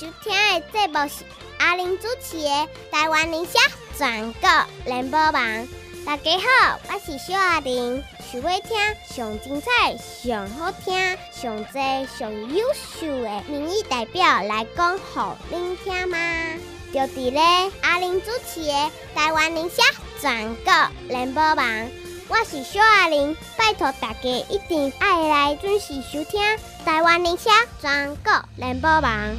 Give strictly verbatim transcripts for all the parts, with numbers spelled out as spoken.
收听的节目是阿玲主持的《台湾人社全国联播网》。大家好，我是小阿玲。想要听上精彩、上好听、上多、上优秀的民意代表来讲，给您听吗？就伫咧阿玲主持的《台湾人社全国联播网》。我是小阿玲，拜托大家一定要来准时收听台湾人社全国联播网。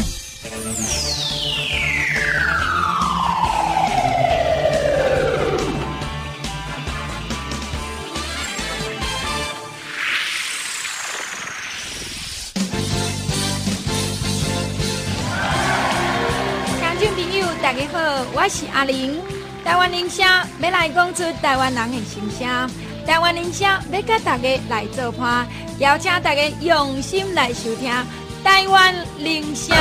听众朋友，大家好，我是阿玲。台湾人社要来讲出台湾人的心声，台湾人社要甲大家来做伴，邀请大家用心来收听台湾人社。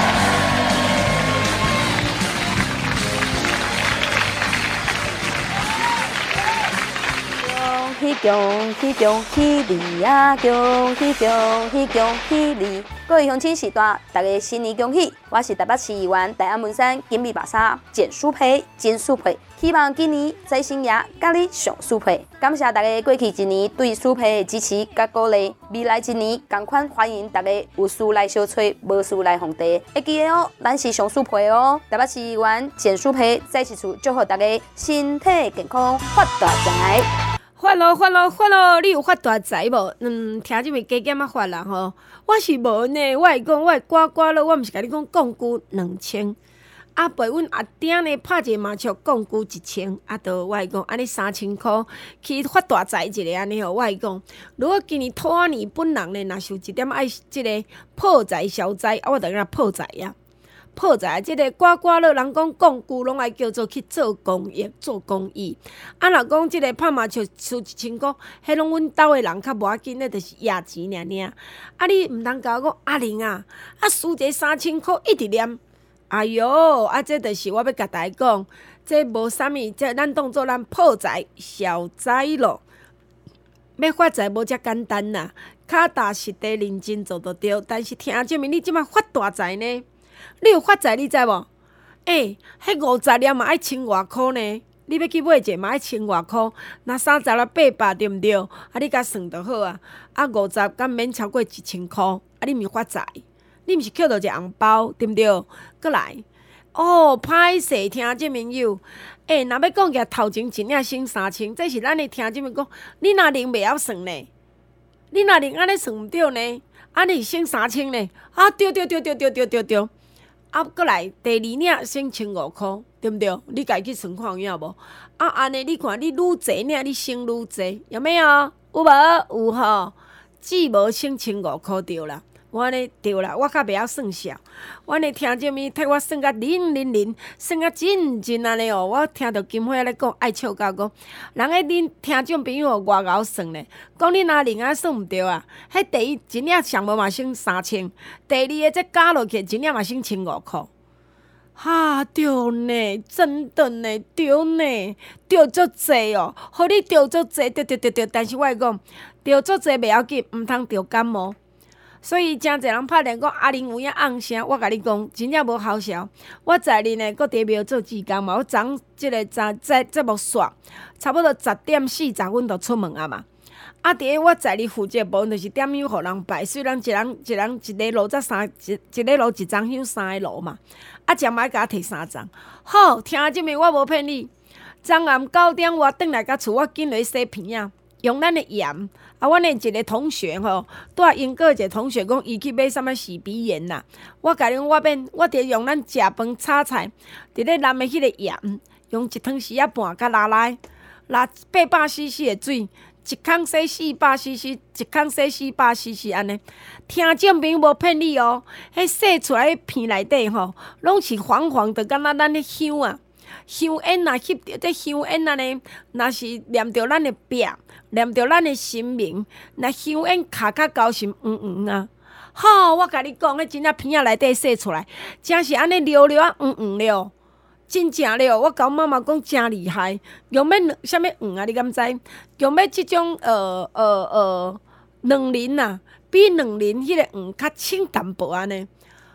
恭喜恭喜恭喜你呀！恭喜恭喜恭喜你！各位乡亲时代，大家新年恭喜！我是台北市议员大安文山金美白沙简淑培金淑培，希望今年在生涯甲你上舒培。感谢大家过去一年对淑培的支持甲鼓励，未来一年同款欢迎大家有事来相找，无事来逢地。会记得哦，咱是上淑培哦。台北市议员简淑培再次祝福大家身体健康，发大财。 发咯发咯发咯！你有发大财无？嗯，听这边加减啊发啦吼。我是无呢，我会讲，我会刮刮乐，我毋是甲你讲摃龜两千，啊陪阮阿爹呢拍一个麻雀摃龜一千，啊都我会讲安尼三千箍去发大财一个安尼吼。我会讲，如果今年兔仔年本人呢，若是有一点爱即个破财消灾，啊我就甲他破财呀。破财，即个刮刮乐，人讲摃龜拢爱叫做去做公益、做公益。啊，若讲即个拍麻雀输一千箍，迄拢阮兜的人较无要紧，那就是压钱尔尔。啊，你毋通甲我讲阿玲啊，啊输一个三千箍一直念。哎哟，啊，这就是我要甲大家讲，这无啥物，这咱当做咱破财消灾咯。要发财无遮简单啦，脚踏实地认真做就对。但是听证明你即摆发大财呢？你有发财，你知无？诶、欸，迄五十粒嘛爱千外箍呢。你要去买一个嘛爱千外箍，那三十粒八百对毋对？啊，你甲算就好啊。啊，五十敢免超过一千箍，啊，你毋是发财，你毋是捡到一个红包，对毋对？过来，哦，歹势，听这朋友。诶、欸，若要讲起头前一领省三千，这是咱的听这朋友讲，你若零袂晓算呢？你若零安尼算毋对呢？啊，你省三千呢？啊，对对对对对对对对。啊，过来第二领省千五箍，对毋对？你家己去算看有影无？啊，安尼你看你愈济领，你省愈济，有没有？有无？有吼，只无省千五箍对啦。我安尼对啦，我较袂晓算数。我安尼听这物替我算甲灵灵灵，算甲真真安尼哦。我听到金花咧讲爱笑到讲，人个恁听众朋友外敖算咧，讲恁阿玲啊算毋对啊。迄第一一领上无嘛省三千，第二个再加落去一领嘛省千五箍。哈，对呢，真的呢，对呢，对足济哦，互你对足济，对对对对。但是我会讲，对足济袂要紧，毋通对感冒。所以真侪人拍电讲阿玲有影昂声，我甲你讲，真正无好笑。我在日呢，搁伫庙做志工嘛，我昨即个昨节节目煞，差不多十点四十分就出门啊嘛。啊，伫我在日负责部分就是点香互人拜，虽然一人一人一个炉才三一一个炉一张香三个炉嘛，啊，将买甲摕三张。好，听即面我无骗你，昨暗九点我转来甲厝，我紧来洗鼻啊，用咱的盐。啊，阮的一个同学吼，带英国一个同学讲，伊去买啥物洗鼻盐啦。我甲你讲，我免，我得用咱食饭炒菜，伫咧淋的迄个盐，用一汤匙仔半甲拉来，拉八百 C C 的水，一空洗四百 C C， 一空洗四百 C C 安尼。听证明无骗你哦，迄洗出来片内底吼，拢是黄黄的，敢若咱的香啊。香烟若翕着，这香烟安尼，若是念着咱的病，念着咱的神明，若香烟卡卡高是黄黄啊。好，我甲你讲，迄真正片仔内底洗出来，真是安尼溜溜啊黄黄了，真正了。我甲阮妈妈讲真厉害，用要啥物黄啊？你敢知？用要即种呃呃呃卵磷啊，比卵磷迄个黄较清淡薄安尼。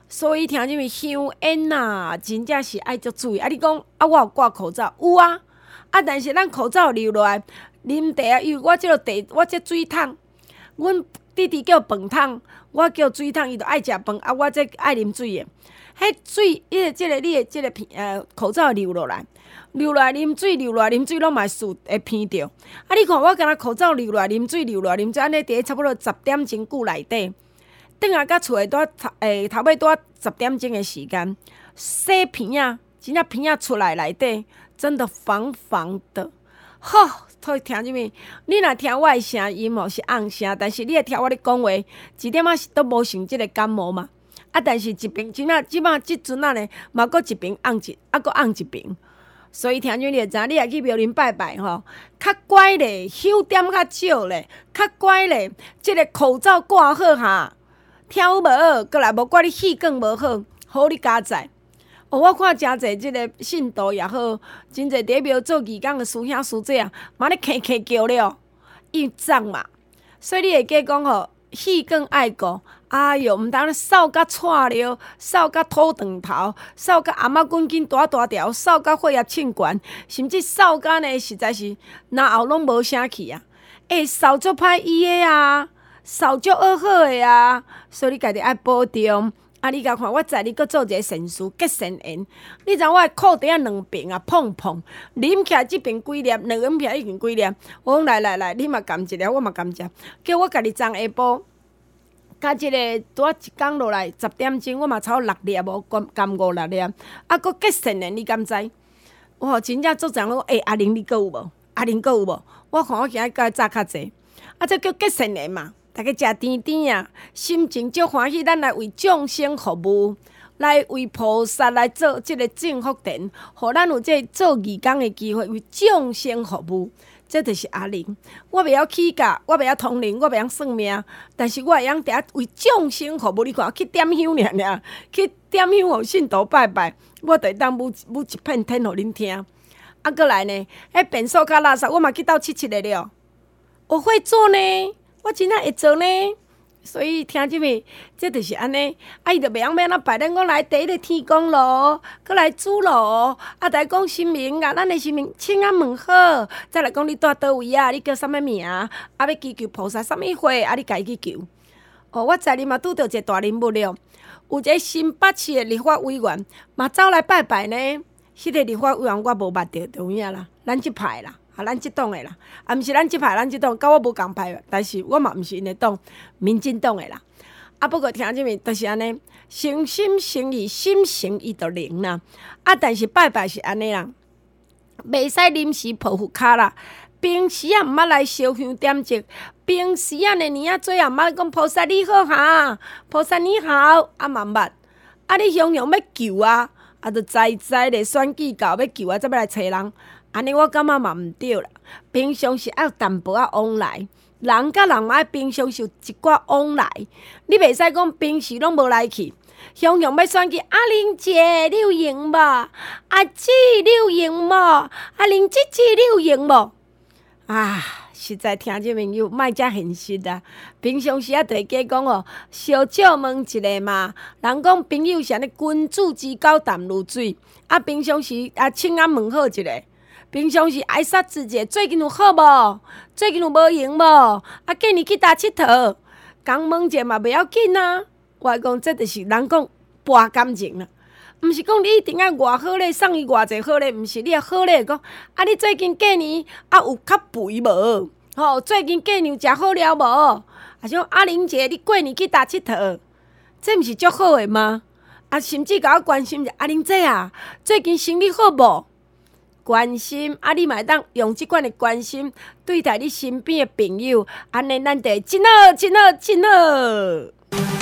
所以听什么香烟呐，真正是爱足注意。啊，你讲啊，我有挂口罩，有啊，啊，但是咱口罩留落来，啉茶啊，因为我即个茶，我即水桶，阮弟弟叫饭桶，我叫水桶，伊就爱食饭，啊，我即爱啉水的。迄水，伊个即个你的即个片呃口罩流落来，流落来啉水，流落来啉水，拢嘛是会偏着。啊，你看我敢若口罩流落来啉水，流落来啉水，安尼伫差不多十点钟久内底。转来到厝诶，拄头诶头尾拄十点钟诶时间，洗片啊，真正片啊出来内底，真的防防的。吼，所以听什么？你若听我诶声音吼是暗声，但是你会听我咧讲话，一点仔是都无像即个感冒嘛。啊，但是一边真啊，即摆即阵啊咧，嘛搁一边按一，啊搁按一边。所以听什么？你会知影，你也去庙林拜拜吼，较乖咧，香点较少咧，较乖咧，即个口罩挂好哈。听有无好，过来无怪你气更无好，好你加载。哦，我看诚侪即个信徒也好，真侪伫庙做义工的师兄师姐啊，嘛咧咳咳叫了，因为脏嘛。所以你会记讲吼，气更爱顾。哎哟，毋通扫甲串了，扫甲土长头，扫甲阿妈滚筋大大条，扫甲血压称悬，甚至扫甲呢，实在是哪后拢无啥去啊！会扫足歹医的啊！扫足恶好的啊，所以你家己爱保重。啊，你甲看，我载你搁做一个善事，结善缘。你知我的裤底啊两边啊碰碰，啉起来即边几粒，两饮起来已经几粒。我讲来来来，你嘛含一粒，我嘛含一粒。叫我家己昨下晡，甲即个拄啊一工落来十点钟，我嘛超六粒无，含含五六粒。啊，搁结善缘，你敢知？哇，真正做人讲，诶、欸，阿玲你搁有无？阿玲搁有无？我看我今日甲伊早较济，啊，这叫结善缘嘛。大家食甜甜啊，心情足欢喜，咱来为众生服务，来为菩萨来做即个正福田，互咱有这做义工的机会，为众生服务。这就是阿玲，我袂晓起价，我袂晓通灵，我袂晓算命，但是我会晓伫遐为众生服务。你看，去点香尔尔，去点香互信徒拜拜，我就会当舞舞一片天互恁听。啊，过来呢，迄便所较垃圾，我嘛去斗七七个了。我会做呢。我真正会做呢，所以听即个，这就是安尼。啊，伊就袂晓要咱拜，咱讲来第一个天公咯，搁来主咯，啊，再讲神明啊，咱的神明请啊问好，再来讲你住倒位啊，你叫啥物名？啊，要祈求菩萨啥物会？啊，你家己去求。哦，我昨日嘛拄到一个大人物了，有一个新北市的立法委员嘛走来拜拜呢。迄个立法委员我无捌着，就影啦，咱即派啦。啊，咱即党的啦，啊，毋是咱即派，咱即党，甲我无共派，但是我嘛毋是因的党，民进党的啦。啊，不过听即面，就是安尼，诚心诚意，心诚伊就灵啦。啊，但是拜拜是安尼啦，袂使临时抱佛脚啦。平时啊，毋捌来烧香点烛，平时啊，呢年啊，做啊，毋捌讲菩萨你好哈，菩萨你好，啊嘛毋捌。啊，你常常要求啊，啊，就知知咧选举到要求啊，则要来找人。安尼我感觉嘛毋对啦，平常是爱有淡薄仔往来，人甲人嘛爱平常是有一寡往来，你袂使讲平时拢无来去，常常要选去阿玲姐你有闲无？阿姊你有闲无？阿玲姐姐你有闲无？啊，实在听即朋友莫遮现实啊！平常时啊，就会记讲哦，小笑问一下嘛。人讲朋友是安尼，君子之交淡如水。啊，平常时啊，请啊问好一下。平常时挨杀之节，最近有好无？最近有无闲无？啊，过年去倒佚佗，讲问者嘛袂要紧啊。我讲这就是人讲博感情啦，毋是讲你一定要偌好咧，送伊偌济好咧，毋是你要好咧讲。啊，你最近过年啊有较肥无？吼，最近过年食好了无？啊，像阿玲姐，你过年去倒佚佗，这毋是足好诶吗？啊，甚至甲我关心者，阿玲姐啊，最近生理好无？关心啊，你嘛会当用即款的关心对待你身边的朋友，安尼咱就真好，真好，真好。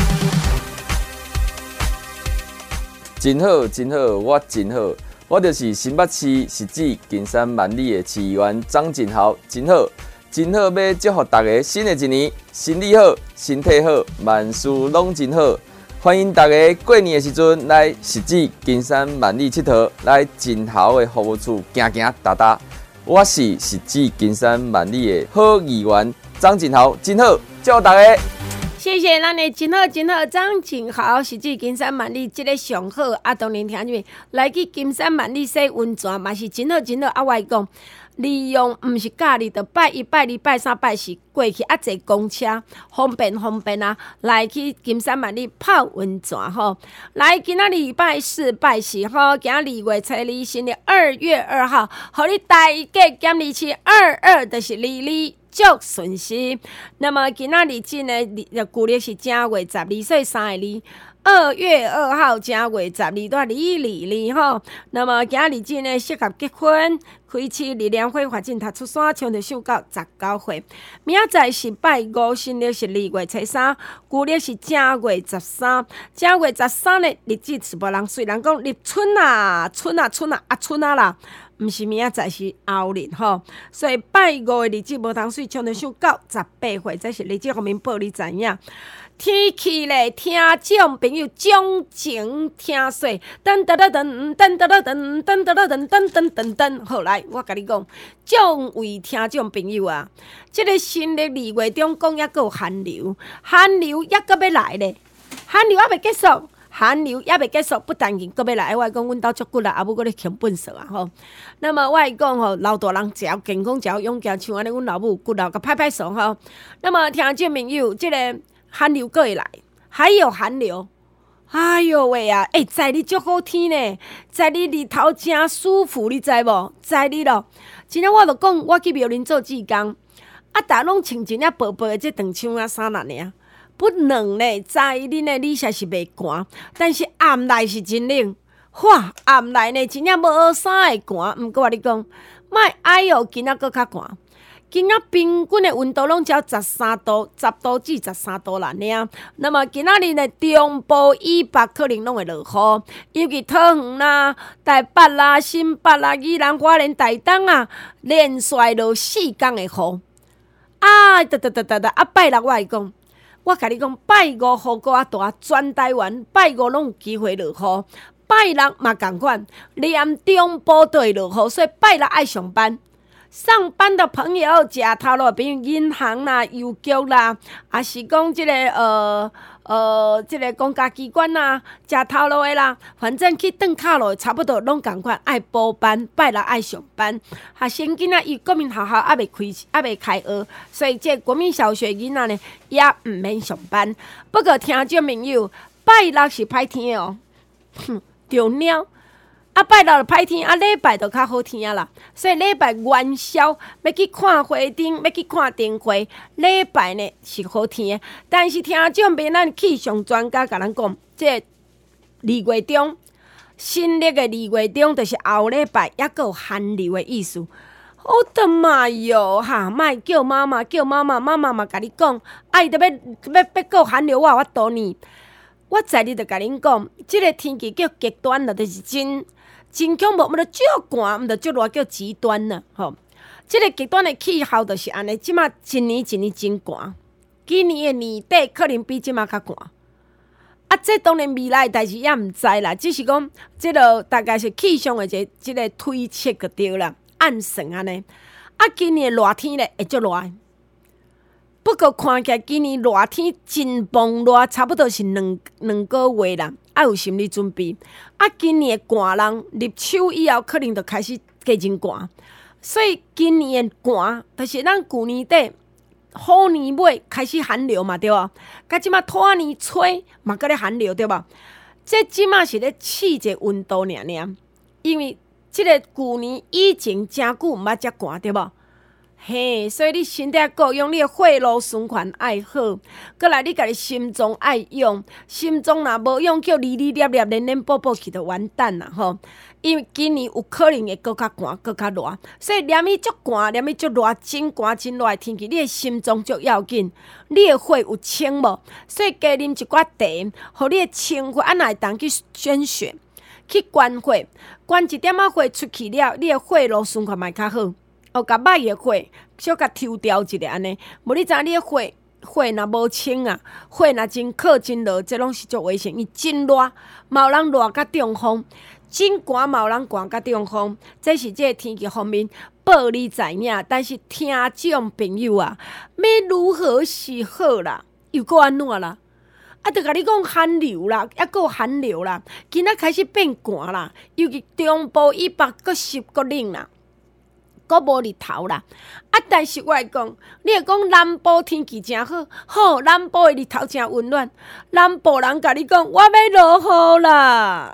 真好，真好，我真好，我就是新北市实质金山万里的市议员张振豪，真好，真好，要祝福大家新的一年身体好，身体好，万事拢真好。欢迎大家过年的时阵来实质金山万里佚佗，来振豪的服务处行行踏踏。我是实质金山万里的好议员张振豪，真好，祝大家！ 谢谢咱的真好真好张景豪，是去金山万里这个上好啊！当然听见来去金山万里洗温泉嘛是真好真好啊！我讲，利用毋是假日，就拜一拜二拜三拜四过去啊，坐公车方便方便啊！来去金山万里泡温泉吼，来今仔日拜四拜四吼，今仔二月初二新的二月二号，互你大家减二七二二，就是二二。足顺时，那么今仔日真诶，旧历是正月十二，所以三个二，二月二号正月十二，都二二二吼。那么今仔日真诶，适合结婚、开市、历年会发展、读出山、唱着秀到十九岁。明仔载是拜五，新历是二月初三，旧历是正月十三。正月十三诶日子是无人虽然讲立春啊，春啊，春啊，啊春啊啦。毋是明仔载是后日吼，所以拜五的日子无通水，唱着唱到十八岁，这是日子方面报你知影。天气咧，听众朋友钟情听说，噔噔噔噔噔噔噔噔噔噔噔噔噔噔噔。好来，我甲你讲，众位听众朋友啊，即、这个新历二月中讲抑有寒流，寒流抑阁要来咧，寒流还未结束。寒流也未结束，不但紧，阁要来。我讲，阮兜足骨啦，阿母搁咧啃粪扫啊吼。那么我讲吼，老大人只要健康，只要勇敢，像安尼，阮老母骨头甲拍拍手吼。那么听众朋友，即、这个寒流阁会来，还有寒流，哎哟喂啊！哎、欸，在日足好天呢，在日日头真舒服，你知无？在日咯，今仔我著讲，我去庙林做志工，啊，逐拢穿一领薄薄的这长枪啊衫啦尔。不冷呢，在恁的你才是袂寒，但是暗内是真冷。哇，暗内呢真正无啥会寒，毋过我你讲，莫哎哟，今仔搁较寒。今仔平均的温度拢只有十三度，十度至十三度啦尔。那么今仔日呢，中部以北可能拢会落雨，尤其桃园啦、台北啦、新北啦、宜兰花莲、台东啊，连续落四天的雨。啊，得得得得得，啊拜六我会讲。我甲你讲，拜五雨阁较大，全台湾拜五拢有机会落雨，拜六嘛同款，连中部都会落雨，所以拜六爱上班。上班的朋友，食头路，比如银行啦、邮局啦，也是讲即、这个呃呃，即、这个公家机关啦，食头路的啦，反正去转卡路差不多拢同款，爱补班，拜六爱上班。学生囡仔伊国民学校还未开，还未开学，所以这国民小学囡仔呢也毋免上班。不过听众朋友，拜六是歹天哦，哼，着鸟。啊，拜六就歹天，啊，礼拜就较好天啊啦。所以礼拜元宵要去看花灯，要去看灯会，礼拜呢是好天的。但是听众朋友，咱气象专家甲咱讲，这二月中，新历的二月中，就是后礼拜也有寒流的意思。我的妈哟！哈，莫叫妈妈，叫妈妈，妈妈嘛甲你讲，爱得要要要过寒流，我有法度呢。我在日就甲恁讲，即、这个天气叫极端了，就是真。真恐怖，毋着足寒，毋着足热，叫极端呢。吼，即、这个极端的气候就是安尼。即马一年一年真寒，今年的年底可能比即马较寒。啊，这当然未来的代志也毋知啦，只是讲，即个大概是气象的一个即个推测就对啦，暗算安尼。啊，今年的热天咧会足热。不过看起来今年热天真猛热，差不多是两两个月啦。爱有心理准备，啊！今年的寒人入秋以后，可能就开始加真寒，所以今年的寒，就是咱旧年底虎年尾开始寒流嘛，对无？甲即马兔年吹嘛，搁咧寒流，对无？这即马是咧试一个温度尔尔，因为即个旧年以前真久毋捌遮寒，对无？嘿，所以你身体够用，你的血路循环爱好，过来你家己心脏爱用，心脏若无用，叫哩哩咧咧、连连补补去就完蛋啦吼。因为今年有可能会搁较寒、搁较热，所以连伊足寒、连伊足热、真寒真热的天气，你的心脏足要紧，你的血有清无？所以加啉一寡茶，互你的清血，啊，若会当去宣血，去关血，关一点仔血出去了，你的血路循环嘛较好。哦，甲歹的血小甲抽掉一下安尼，无你知影你的血血若无清啊，血若真靠真热，这拢是足危险。伊真热，嘛有人热甲中风，真寒嘛有人寒甲中风，这是这个天气方面报你知影。但是听众朋友啊，要如何是好啦？ 又搁安怎啦？啊，著甲你讲寒流啦，抑搁寒流啦，今仔开始变寒啦，尤其中部以北搁湿搁冷啦，搁无日头啦。啊，但是我来讲，你会讲南部天气真好，好，南部的日头真温暖，南部人甲你讲，我要落雨啦。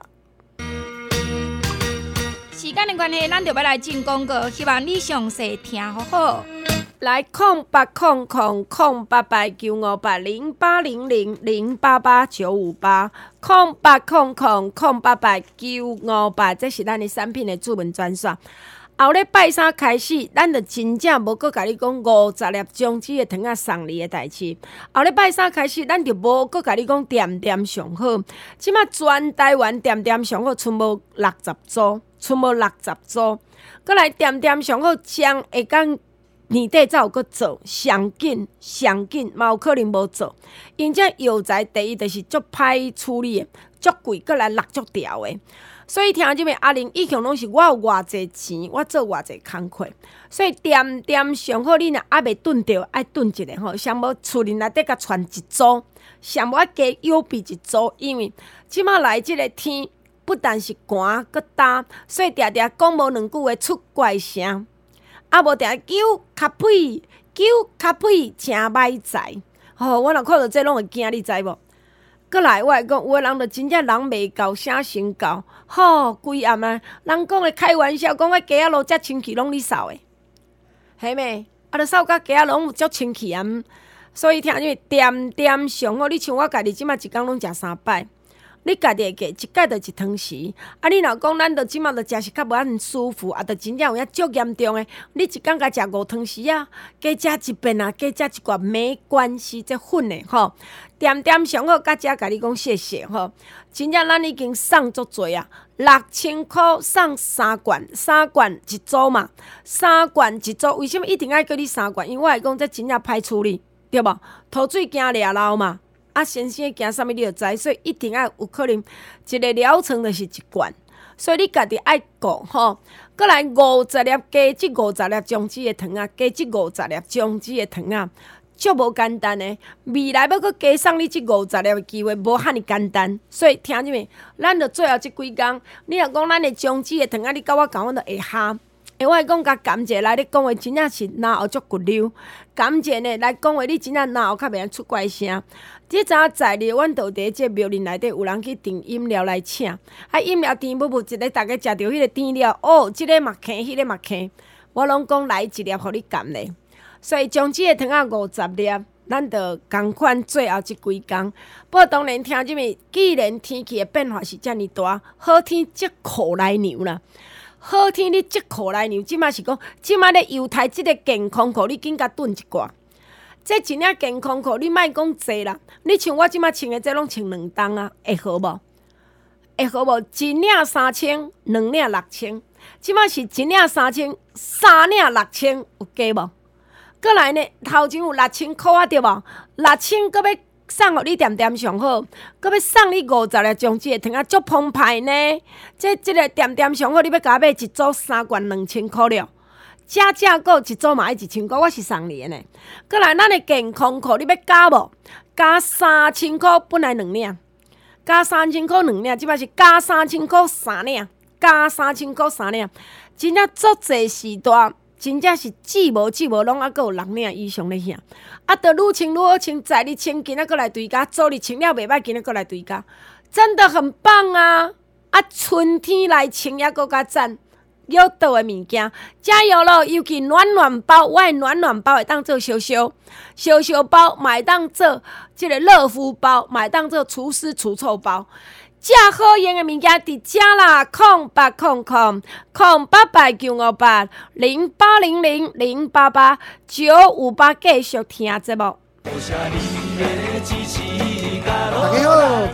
时间的关系，咱就要来进广告，希望你详细听好好。 来空八空空空八八九五八零八零零零八八九五八空八空空空八八九五八，这是咱的产品的主文专线。后礼拜三开始，咱就真正无搁甲你讲五十粒种子的糖仔送你的代志。后礼拜三开始，咱就无搁甲你讲点点上好。即马全台湾点点上好，剩无六十组，剩无六十组。搁来点点上好，将会讲年底才有搁做，上紧上紧，嘛有可能无做。因这药材第一就是足歹处理的，足贵，搁来落足条的。所以听即个阿玲以前拢是我有偌济钱，我做偌济工课，所以点点上好，你若还袂炖着，爱炖一个吼，上无厝里内底甲传一组，上无爱加邮币一组，因为即马来即个天不但是寒搁干，所以定定讲无两句话出怪声，啊无定叫咖啡叫咖啡真歹在，吼、哦，我若看到这拢会惊，你知无？过来，我来讲，有个人就真正人袂够，啥身高，吼，规暗啊！人讲的开玩笑，讲我鸡仔路遮清气，拢你扫的，系咪？啊，著扫甲鸡仔拢有足清气啊！所以听因为点点上好，你像我家己即马一工拢食三摆，你家己会记一摆著一汤匙。啊，你若讲咱著即马著食是较无安舒服，啊，著真正有影足严重的，你一工甲食五汤匙啊，加食一遍啊，加食一罐没关系，这粉的吼。点点上好，甲遮甲你讲谢谢吼，真正咱已经送足侪啊，六千箍送三罐，三罐一组嘛，三罐一组，为什么一定爱叫你三罐？因为我来讲，这真正歹处理，对无？土水惊掠漏嘛，啊先生惊啥物你就知，所以一定爱有可能一个疗程就是一罐，所以你家己爱顾吼。过来五十粒加即五十粒种子的糖啊，加即五十粒种子的糖啊。足无简单的，未来要搁加送你即五十粒的机会，无遐尼简单。所以听入面，咱着最后即几工，你若讲咱的种子的糖仔，你甲我讲，我着会哈。诶，我来讲甲感谢来，你讲话真正是脑后足骨溜。感谢呢，来讲话你真正脑后较袂晓出怪声。即早在日，阮倒伫即庙里内底有人去订饮料来请，啊饮料甜不不一个，逐个食着迄个甜料，哦，即、這个嘛坑，迄、那个嘛坑，我拢讲来一粒，互你甘咧。所以种子的糖仔五十粒，咱着共款最后即几工。不过当然听即个，既然天气的变化是遮尔大，好天即苦来牛啦。好天你即苦来牛，即马是讲，即马咧犹太即个健康裤，你紧甲炖一寡。这一领健康裤，你莫讲济啦。你像我即马穿的，这拢穿两重啊，会好无？会好无？一领三千，两领六千。即马是一领三千，三领六千，有加无？过来呢，头前有六千箍啊，对无？六千搁要送互你点点上好，搁要送你五十粒种子的糖啊，足澎湃呢！这即个点点上好，你要甲我买一组三罐两千箍了，加价购一组嘛要一千箍，我是送你的呢。过来，咱的健康裤你要加无？加三千箍，本来两领，加三千箍两领，即摆是加三千箍三领，加三千箍三领，真正足济时段。真正是至无至无，拢还阁有六领以上咧遐，啊，着愈穿愈好穿，在你穿今仔阁来对家，昨日穿了袂歹，今仔阁来对家，真的很棒啊！啊，春天来穿也阁较赞，有倒的物件，加油咯！尤其暖暖包，我的暖暖包会当做烧烧，烧烧包嘛会当做即个热敷包，嘛会当做除湿除臭包。遮好用的物件伫遮啦，空八空空空八八九五八零八零零零八八九五八，继续听节目。 大家好，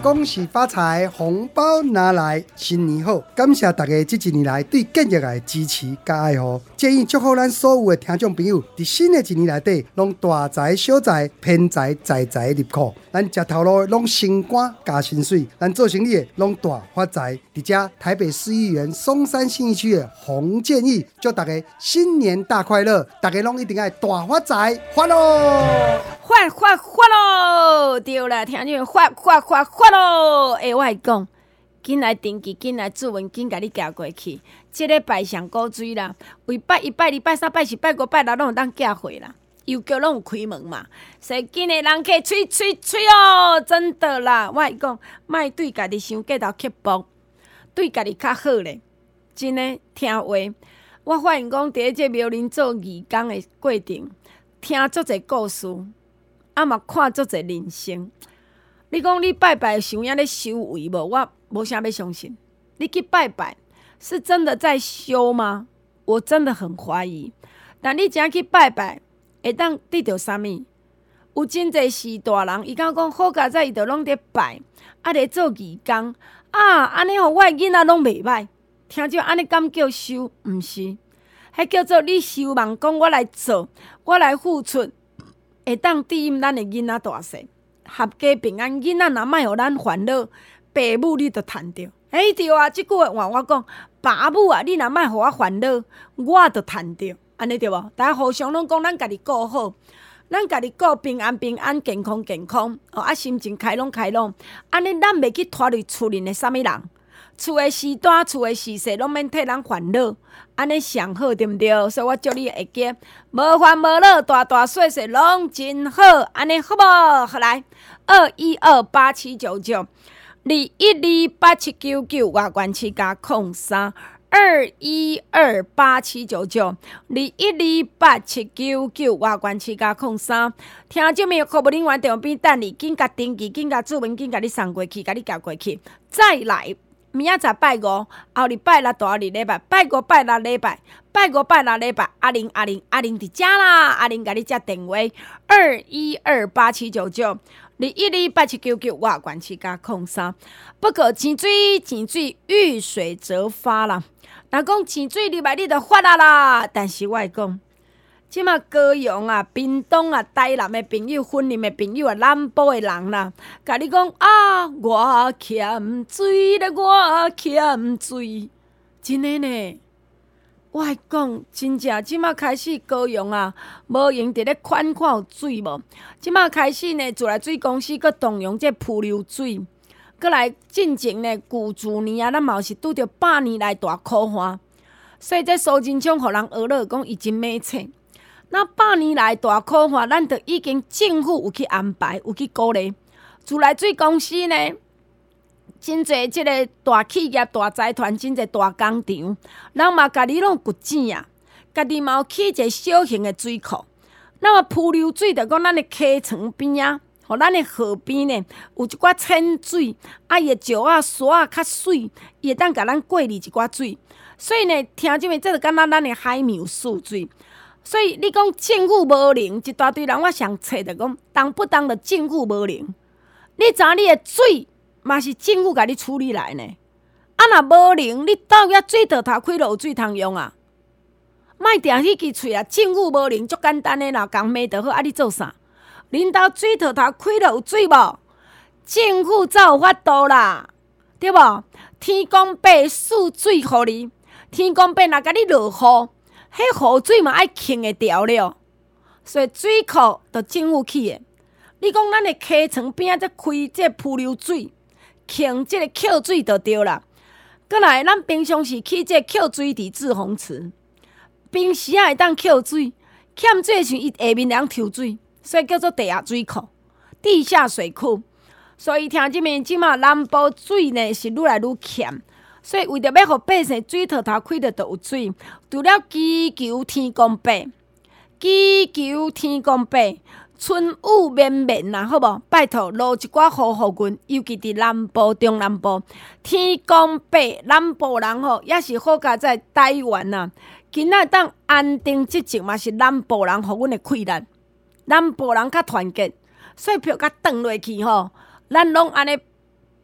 恭喜发财，红包拿来，新年好！感谢大家这一年来对建业的支持加爱护，建议祝福咱所有的听众朋友，在新的一年内底，拢大财小财，偏财财财入库。咱食头路的拢升官加薪水，咱做生意的拢大发财。伫遮台北市议员松山信义区的洪建义，祝大家新年大快乐！大家拢一定要大发财，发咯！ 发发发咯！对啦，听见发发发发咯！诶，我讲，紧来登记，紧来注文，紧甲你寄过去。即礼拜上古水啦，为拜一、拜二、拜三、拜四、拜五、拜六，拢有当寄回啦。邮局拢有开门嘛，所以今日人客吹吹吹哦，真的啦！我讲，莫对家己伤过头刻薄，对家己较好咧。真诶，听话。我发现讲，伫咧这庙林做义工的过程，听足侪故事，啊嘛看足侪人生。你讲你拜拜想影咧修为无？我无啥要相信。你去拜拜，是真的在修吗？我真的很怀疑。但你真去拜拜，会当得到啥物？有真侪是大人，伊讲讲好佳哉，伊就拢伫拜，啊咧做义工啊，安尼吼，我的囡仔拢袂歹。听着安尼敢叫修？毋是，迄叫做你希望讲我来做，我来付出，会当指引咱的囡仔大细，合家平安。囡仔若莫互咱烦恼，爸母你就趁着。哎对啊，即句话换我讲，爸母啊，你若莫互我烦恼，我就趁着。安尼对无？大家互相拢讲，咱家己顾好，咱家己顾平安平安，健康健康，哦啊，心情开朗开朗。安尼咱袂去拖累厝里的啥物人，厝的事大，厝的事小，拢免替咱烦恼。安尼上好，对毋对？所以我祝你会记，无烦无恼，大大小小拢真好。安尼好无？好来，二一二八七九九，二一二八七九九，外关七加空三。二一二八七九九，二一二八七九九，外关七加空三。听众朋友，服务人员电话边等你，紧甲登记，紧甲注文，紧甲你送过去，甲你交过去。再来，明仔载拜五，后日拜六，大后日礼拜，拜五拜六礼拜，拜五拜六礼拜。阿玲阿玲阿玲伫遮啦，阿玲甲你接电话，二一二八七九九。二一二八七九九，外关七加空三。不过钱水钱水，遇水则发啦。若讲钱水入来，你就发啊啦。但是我会讲，即马高雄啊、屏东啊、台南的朋友、云林的朋友啊、南部的人啦，甲你讲啊，我欠水咧，我欠水，真的呢。我会讲，真正即马开始高雄啊，无用伫咧款看有水无？即马开始呢，自来水公司佮动用这浮流水，佮来进前呢，旧住年啊，咱嘛是拄着百年来大苦旱，所以这苏贞昌互人学了讲，伊真美册。那百年来大苦旱，咱就已经政府有去安排，有去鼓励自来水公司呢。真侪即个大企业、大财团，真侪大工厂，人嘛家己拢掘井啊，家己嘛有起一个小型的水库。那么浮流水就讲咱的溪床边啊，互咱的河边呢有一寡浅水，啊伊的石啊、沙啊较水，伊会当甲咱过滤一寡水。所以呢，听即面这就敢若咱的海绵蓄水。所以你讲政府无能，一大堆人我上册就讲，当不当的政府无能。你知你的水？嘛是政府甲你处理来呢，啊若无能，你倒遐水倒头开落有水通用啊？莫定去支喙啊！政府无能，足简单的啦，共骂就好。啊，你做啥？恁兜水倒头开落有水无？政府才有法度啦，对无？天公伯赐水互你，天公伯若甲你落雨，迄雨水嘛爱控会掉了，所以水库就政府起的。你讲咱的溪床边仔则开这浮流水。控即个扣水就对啦，过来咱平常时起这扣水抵制洪池，平时啊会当扣水，欠水时伊下面人抽水，所以叫做地下水库、地下水库。所以听即面即马南部水呢是愈来愈欠，所以为着要互百姓水头头开着就有水，除了祈求天公伯，祈求天公伯。春雨绵绵啦，好无？拜托落一寡雨互阮，尤其伫南部、中南部，天公伯南部人吼，也是好佳在台湾呐。今仔当安定积极嘛，是南部人互阮的气力。南部人较团结，所以票甲转落去吼，咱拢安尼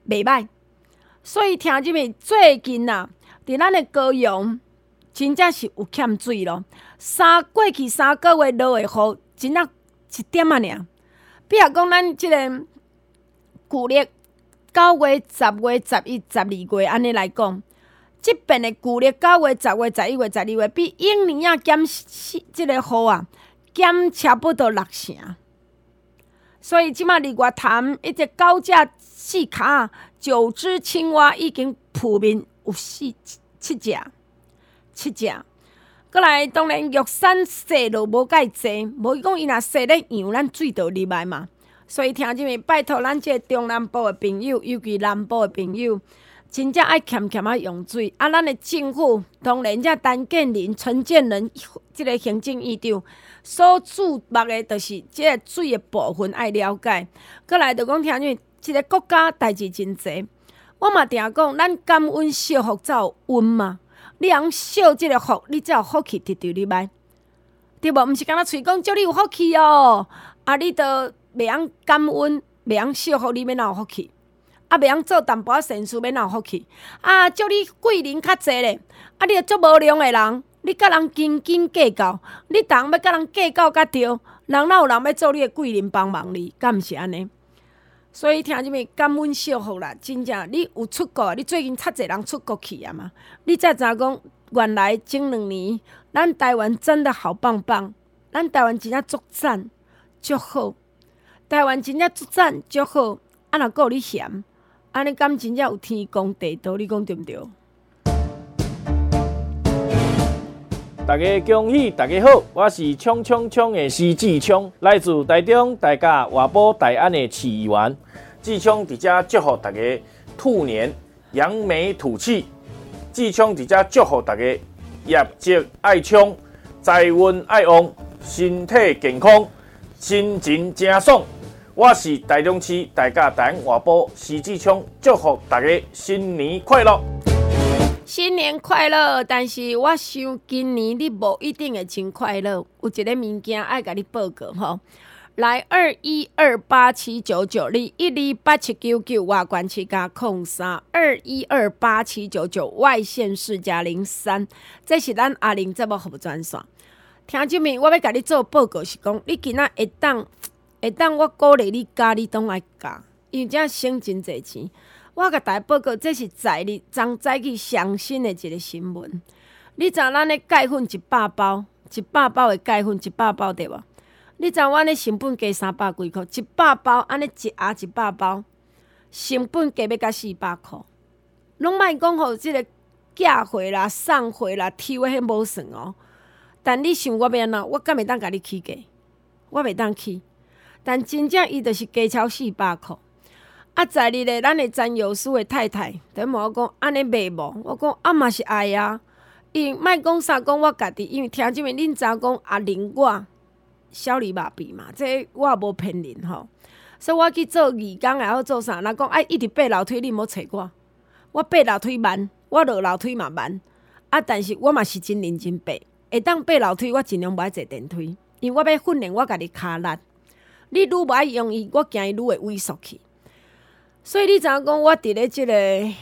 袂歹。所以听即面最近啊，伫咱的高雄真正是有欠水咯。三过去三个月落的雨，真正一点仔尔。比如讲，咱即个旧历九月、十月、十一、十二月安尼来讲，即边的旧历九月、十月、十一月、十二月，比永年啊减即个雨啊，减差不多六成。所以即马日月潭一只九只四骹九只青蛙已经扑面有四七只，七只。过来当然玉山势就无介济，无讲伊若势咧扬，咱水就入来嘛。所以听即面拜托咱即个中南部的朋友，尤其南部的朋友，真正爱欠欠啊用水。啊，咱的政府当然这陈建仁、陈建仁即个行政院长所注目的，就是即个水的部分爱了解。过来就讲听即即个国家代志真济，我嘛定讲，咱感恩惜福才有恩嘛。你通惜即个福，你才有福气直直入来，对无？毋是干那喙讲祝你有福气哦，啊，你都袂晓感恩，袂晓惜福，你免哪有福气？啊，袂晓做淡薄仔善事，免哪有福气？啊，祝你贵人较济咧，啊，你足无良的人，你甲人斤斤计较，你当要甲人计较甲对，人哪有人要做你的贵人帮忙你？敢毋是安尼？所以听即面感恩惜福啦，真正你有出国，你最近较侪人出国去啊嘛，你才知讲原来前两年咱台湾真的好棒棒，咱台湾真正足赞足好，台湾真正足赞足好，啊若有你嫌，安尼敢真正有天公地道，你讲对毋对？ 大家恭喜，大家好，我是冲冲冲的施志聪，来自台中大甲外埔大安的市议员。志聪伫遮祝福大家兔年扬眉吐气，志聪伫遮祝福大家业绩爱冲，财运爱旺，身体健康，心情正爽。我是台中市大甲大安外埔施志聪，祝福大家新年快乐。 新年快乐！但是我想今年你无一定会真快乐，有一个物件爱甲你报告吼。来二一二八七九九二一二八七九九外关七加空三二一二八七九九外县市加零三，这是咱阿玲节目服务专线。听这面我要甲你做报告是讲，你今仔会当会当我鼓励你加，你拢爱加，因为这省真侪钱。我甲大家报告，这是昨日昨早起上新的一个新闻。你知咱的钙粉一百包，一百包的钙粉一百包对无？你知阮的成本加三百几箍，一百包安尼一盒一百包，成本加要甲四百箍。拢莫讲吼，即个寄货啦、送货啦、抽的迄无算哦。但你想我要安怎？我敢会当甲你起价？我袂当起。但真正伊就是加超四百箍。啊，昨日咧，咱的詹药师的太太就问我讲，安尼卖无？我讲啊嘛是爱啊，因为莫讲啥讲我家己，因为听即面恁知讲阿玲我小儿麻痹嘛，这我也无骗恁吼。所以我去做义工也好做啥，人讲爱一直爬楼梯，你莫找我。我爬楼梯慢，我落楼梯嘛慢。啊，但是我嘛是真认真爬，会当爬楼梯，我尽量无爱坐电梯，因为我要训练我家己骹力。你愈无爱用伊，我惊伊愈会萎缩去。所以你知影讲，我伫咧即个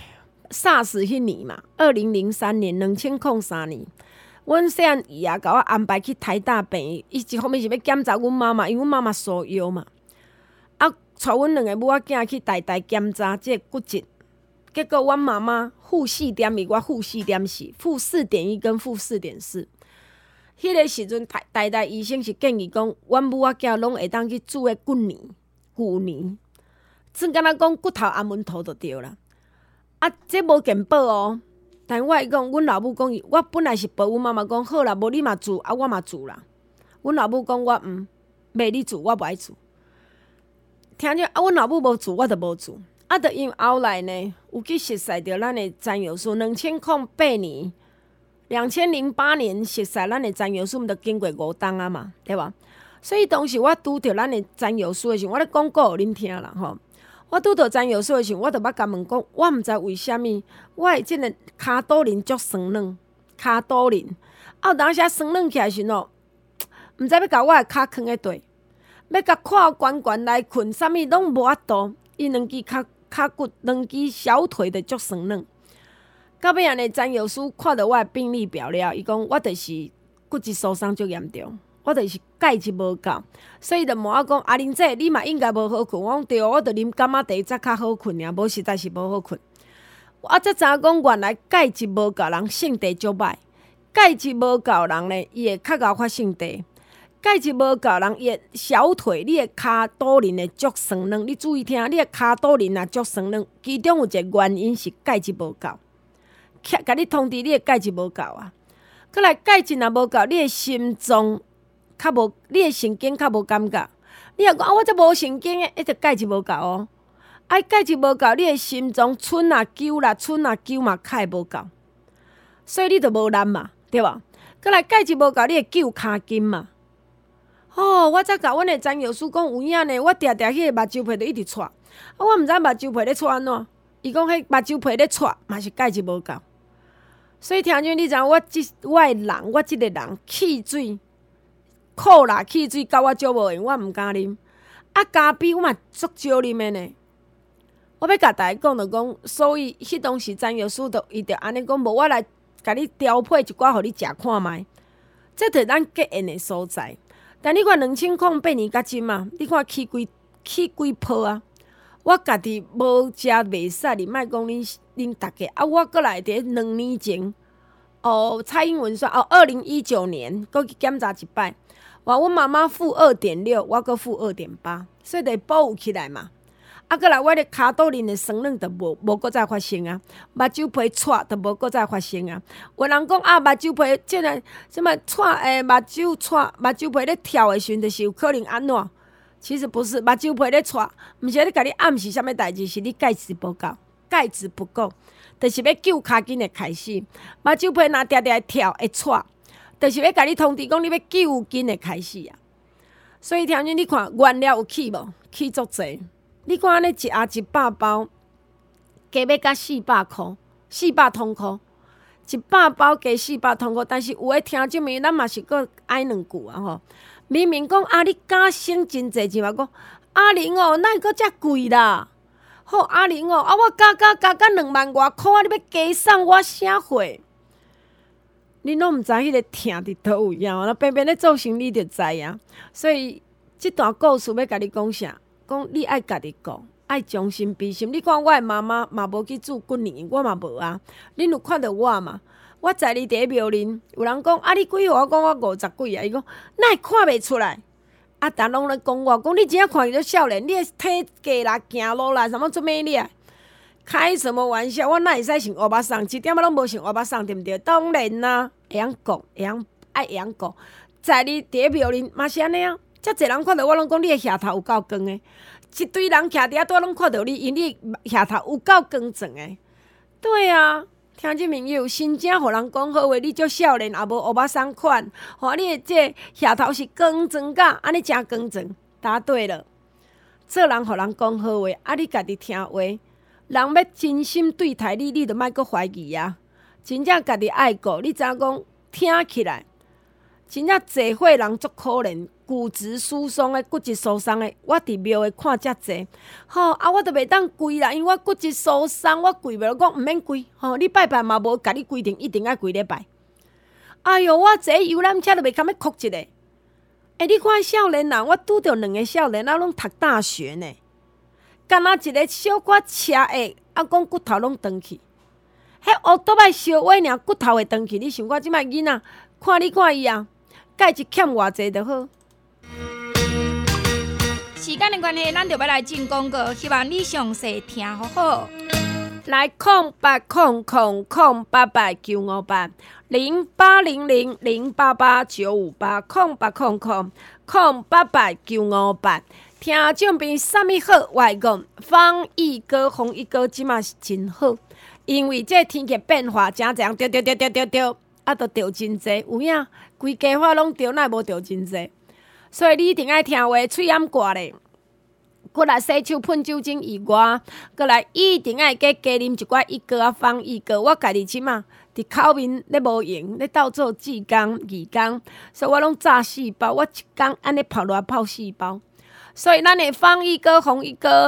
SARS 迄年嘛，二零零三年、两千零三年，阮细汉姨啊，甲我安排去台大病院，伊一方面是要检查阮妈妈，因为阮妈妈疏腰嘛。啊，带阮两个母仔囝去台大检查即个骨折，结果阮妈妈负四点一，我负四点四，负四点一跟负四点四。迄个时阵，台台大医生是建议讲，阮母仔囝拢会当去做个骨年、骨年。算敢若讲骨头安门头就对啦，啊，这无健保哦。但我会讲，阮老母讲伊，我本来是保阮妈妈讲好啦，无你嘛做，啊我嘛做啦。阮老母讲我毋，袂你做，我无爱做。听着啊，阮老母无做，我就无做。啊，就因后来呢，有去熟悉着咱的詹药师，两千零八年、两千零八年熟悉咱的詹药师，毋着经过五档啊嘛，对吧？所以当时我拄着咱的詹药师的时候，我咧讲过互恁听啦吼。我拄到詹药师的时候，我就捌甲问讲，我毋知为虾米，我的即个骹肚仁足酸软，骹肚仁，啊，有当时酸软起来时吼，毋知要甲我的骹囥咧地，要甲看悬悬来困，啥物拢无法度，伊两支骹骹骨、两支小腿的足酸软。到尾安尼，詹药师看到我的病历表了，伊讲我就是骨质疏松足严重，我就是钙质无够，所以就问我讲：阿玲姐，你嘛应该无好困。我讲对，我著啉感仔茶才较好困尔，无实在是无好困。我才知影讲，原来钙质无够人性地足歹，钙质无够人呢，伊会较易发性地。钙质无够人，伊的小腿、你的骹肚仁会足酸软。你注意听，你的骹肚仁也足酸软，其中有一个原因是钙质无够。甲你通知你的钙质无够啊，过来钙质若无够，你的心脏较无，你的神经较无感觉。你若讲啊，我这无神经的，迄个钙质无够哦。啊，钙质无够，你的心脏寸啊揪啦，寸啊揪嘛，较会无够，所以你就无力嘛，对无？过来钙质无够，你会揪骹筋嘛。哦，我才甲阮的詹药师讲有影呢，我定定迄个目睭皮就一直喘，啊，我毋知目睭皮咧喘安怎？伊讲迄目睭皮咧喘，嘛是钙质无够。所以听众，你知影我即我的人，我即个人汽水、苦辣汽水，甲我足无用，我毋敢啉。啊，咖啡我嘛足少啉的呢。我要甲大家讲就讲，所以迄当时詹药师就伊就安尼讲，无我来甲你调配一寡，互你食看卖。这就是咱结缘的所在。但你看两千零八年甲今嘛，你看起几起几波啊！我家己无食袂使，你莫讲恁恁大家啊！我过来伫两年前，哦，蔡英文说哦，二零一九年搁去检查一摆，话阮妈妈负二点六，我搁负二点八，所以得保有起来嘛。啊，过来我的骹肚仁的酸软就无无搁再发生啊，目睭皮喘就无搁再发生啊。有人讲啊，目睭皮即个什么喘诶，目睭喘，目睭皮咧跳的时阵，就是有可能安怎？其实不是，目睭皮咧喘，毋是咧甲你暗示啥物代志，是你钙质不够，钙质不够，就是要救骹筋的开始。目睭皮若定定跳会喘，就是要甲你通知讲你要救筋的开始啊。所以听见你看原料有起无？起足济。你看安尼一盒一百包，加要甲四百箍，四百通箍，一百包加四百通箍。但是有诶听众朋友，咱嘛是搁爱两句啊吼。明明讲啊，你加省真济钱嘛，讲阿玲哦，哪会搁遮贵啦？好阿玲哦，啊我加加加加两万外箍啊，你要加送我啥货？你拢毋知迄个疼伫倒位啊？那偏偏咧做生意就知啊。所以即段故事要甲你讲啥？讲你爱家己顾，爱将心比心。你看我的妈妈嘛无去做骨年，我嘛无啊。恁有看到我嘛？我在你伫庙林，有人讲啊，你几岁？我讲我五十几啊。伊讲哪会看袂出来？啊，逐拢咧讲我，讲你真正看起来少年，你的体格啦、行路啦，什么做咩咧？开什么玩笑？我哪会使穿乌巴桑？一点仔拢无穿乌巴桑，对毋对？当然啦，会晓讲，会晓爱会晓讲。在你伫庙林嘛是安尼啊。遮侪人看到我，拢讲你的额头有够光的，一堆人徛伫遐拄拢看到你，因你额头有够光整的。对啊，听众朋友，真正互人讲好话，你足少年也无乌巴桑款，吼，你的这额头是光整甲，安尼真光整。答对了，做人互人讲好话，啊，你家己听话，人要真心对待你，你就莫阁怀疑啊。真正家己爱顾，你知影讲听起来。真正侪伙人足可怜，骨质疏松的、骨质疏松的，我伫庙会看遮侪。吼、哦、啊，我都袂当跪啦，因为我骨质疏松，我跪袂，讲毋免跪。吼、哦，你拜拜嘛无，甲你规定一定爱跪礼拜。哎哟，我坐游览车都袂堪要哭一个。诶、欸，你看少年人，我拄着两个少年仔拢读大学呢，干那一个小可车下，啊，讲骨头拢断去。迄乌倒摆烧话尔，骨头会断去。你想看即摆囡仔，看你看伊啊。钙质欠偌济就好。 时间的关系，咱就要来进广告，希望你详细听好好。 来空八空空空八八九五八零八零零零八八九五八空八空空空八八九五八。听众朋友，啥物好？我来讲，防疫哥、防疫哥即马是真好，因为这天气变化真侪，对对对对对对。啊，都着真济，有影，规家伙拢着，哪会无着真济？所以你一定爱听话，喙掩挂咧。过来洗手喷酒精以外，过来一定爱加加啉一寡一哥啊防疫哥。我家己即嘛伫口面咧无用，咧斗做志工义工，所以我拢炸四包，我一工安尼泡落泡四包。所以咱的防疫哥、防疫哥，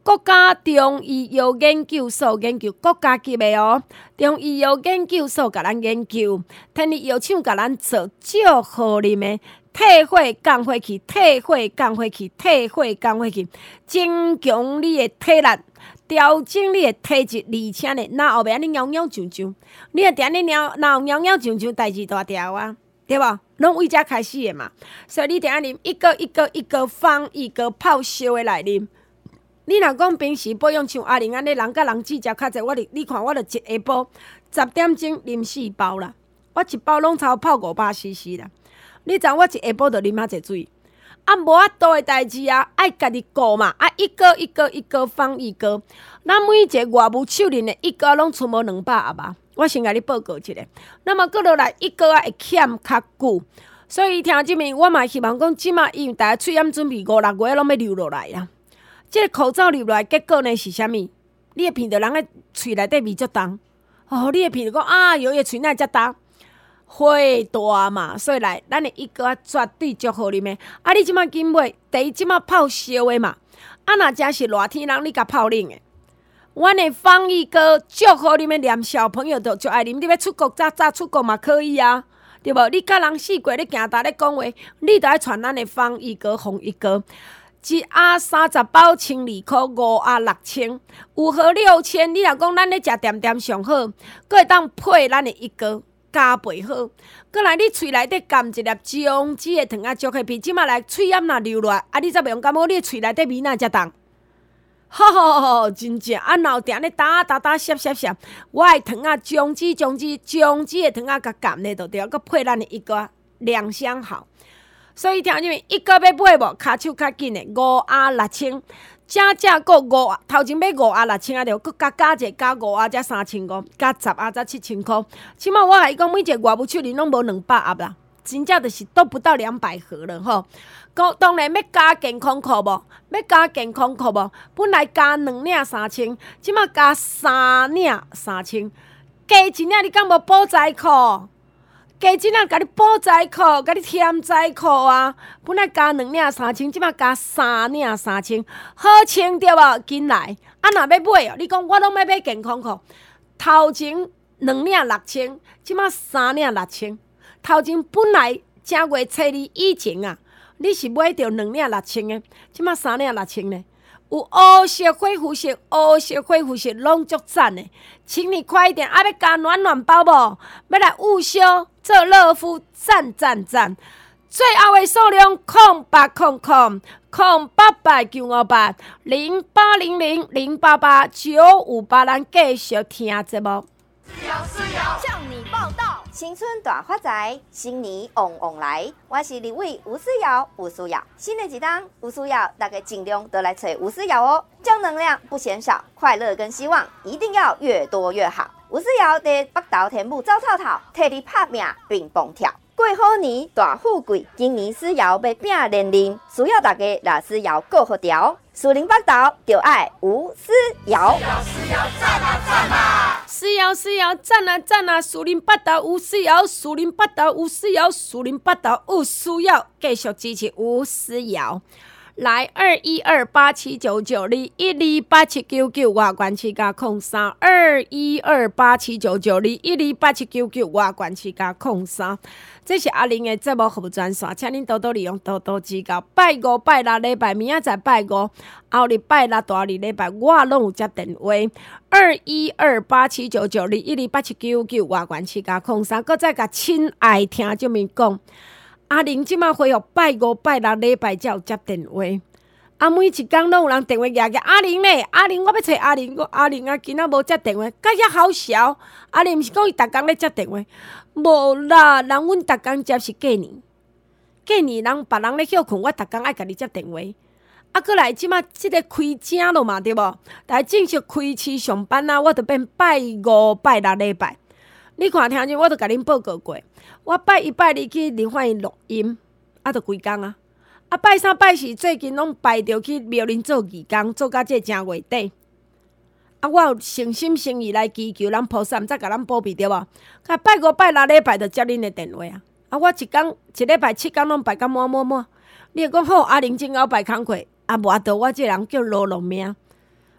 国家中医药研究所研究，国家级的哦。中医药研究所甲咱研究，天日药厂甲咱做少荷啉的退火降火气，退火降火气，退火降火气，增强你的体力，调整你的体质，而且呢，哪后壁你袅袅上上，你若定你袅哪有袅袅上上，代志大条啊，对无？拢为遮开始的嘛，所以你定啉一个一个一个放一个泡烧的来啉。你若讲平时保养像阿玲安尼，人甲人指甲较济，我著你看我著一下晡十点钟啉四包啦，我一包拢超泡五百 C C 啦。你知我一下晡著啉遐济水，啊无法度的代志啊，爱家己顾嘛，啊一个一个一个放一个，咱每一个外务手认的一个拢出无两百盒啊。我先甲你报告一下，那么过落来一个啊会欠较久，所以听即面我嘛希望讲即马因为大家喙炎准备五六月拢要流落来啦。即个口罩流落来，结果呢是啥物？你会闻到人诶喙内底味足重，哦，你会闻到讲啊，有伊喙哪会遮重？火大嘛，所以来，咱的一个绝对足好啉的。啊，你即马紧买，第一即马泡烧的嘛，啊，若真是热天人，你甲泡冷的。阮的方一哥足好啉的，连小朋友都足爱啉。你要出国早早出国嘛可以啊，对无？你甲人四过咧行大咧讲话，你著爱传咱的方一哥、红一哥。一盒三十包千二箍，五盒六千，有盒六千。你若讲咱咧食点点上好，佫会当配咱的一个加倍好。佫来你喙内底含一粒姜子的糖仔足起皮，即马来喙炎若流落来，啊你则袂用感冒，你喙内底味哪遮重？吼吼吼！真正啊，若有定咧打打打闪闪闪，我的糖仔姜子姜子姜子的糖仔甲含咧就对，佫配咱的一个两相好。所以听入面一个要买无，骹手较紧的五盒六千，正正个五头前买五盒六千啊，着佫加加者加五盒才三千五，加十盒才七千箍。即马我甲伊讲，每一个外务手里拢无两百盒啦，真正就是都不到两百盒了吼。当然要加健康裤无，要加健康裤无，本来加两领三千，即马加三领三千，加一领你敢无补财裤？加即仔甲你补财裤，甲你添财裤啊！本来加两领三千，即马加三领三千，好穿对无？紧来！啊，若要买哦，你讲我拢要买健康裤，头前两领六千，即马三领六千。头前本来正月初二以前啊，你是买着两领六千的，即马三领六千呢。有乌色、火肤色、乌色、火肤色，拢足赞的。请你快一点，啊！要加暖暖包无？要来务修做热敷，赞赞赞！最后的数量空八空空空八八九五八零八零零零八八九五八，咱继续听节目。 是瑶是瑶，向你报道。新春大发财，新年旺旺来。我是立委吴思瑶，吴思瑶。新的一档吴思瑶，大家尽量都来找吴思瑶哦。正能量不嫌少，快乐跟希望一定要越多越好。吴思瑶在北投天母走透透，替你拍命并蹦跳。过好年大富贵，今年思瑶要拼连连，需要大家来思瑶过好调。树林北投就爱吴思瑶。 思瑶赞啊赞啊！思瑶思瑶赞啊赞啊！树林北投吴思瑶，树林北投吴思瑶，树林北投吴思瑶，继续支持吴思瑶。来二一二八七九九二一二八七九九外关七加空三二一二八七九九二一二八七九九外关七加空三，这是阿玲的节目服务专线，请您多多利用，多多指教。拜五、拜六礼拜，明仔载拜五，后日拜六、大日礼拜，我拢有接电话。二一二八七九九二一二八七九九外关七加空三，搁再甲亲爱听众们讲。阿玲即马恢复拜五、拜六礼拜才有接电话，啊，每一工拢有人电话举举。阿玲咧，阿玲，我要找阿玲，我阿玲啊，今仔无接电话，甲遐好笑。阿玲毋是讲伊逐工咧接电话，无啦，人阮逐工接是过年，过年人别人咧休困，我逐工爱甲你接电话。啊，过来即马即个开正咯嘛，对无？但正式开市上班啊，我著变拜五、拜六礼拜。你看听见我都甲恁报告过，我拜一拜二去林焕英录音，啊，著规工啊。啊，拜三拜四最近拢拜着去庙林做义工，做到这正月底。啊，我有诚心诚意来祈求咱菩萨，毋则甲咱保庇对无？甲拜五拜六礼拜著接恁的电话啊。啊，我一工一礼拜七工拢拜甲满满满。你会讲好，阿玲真够拜工课，啊无多我这人叫劳碌命。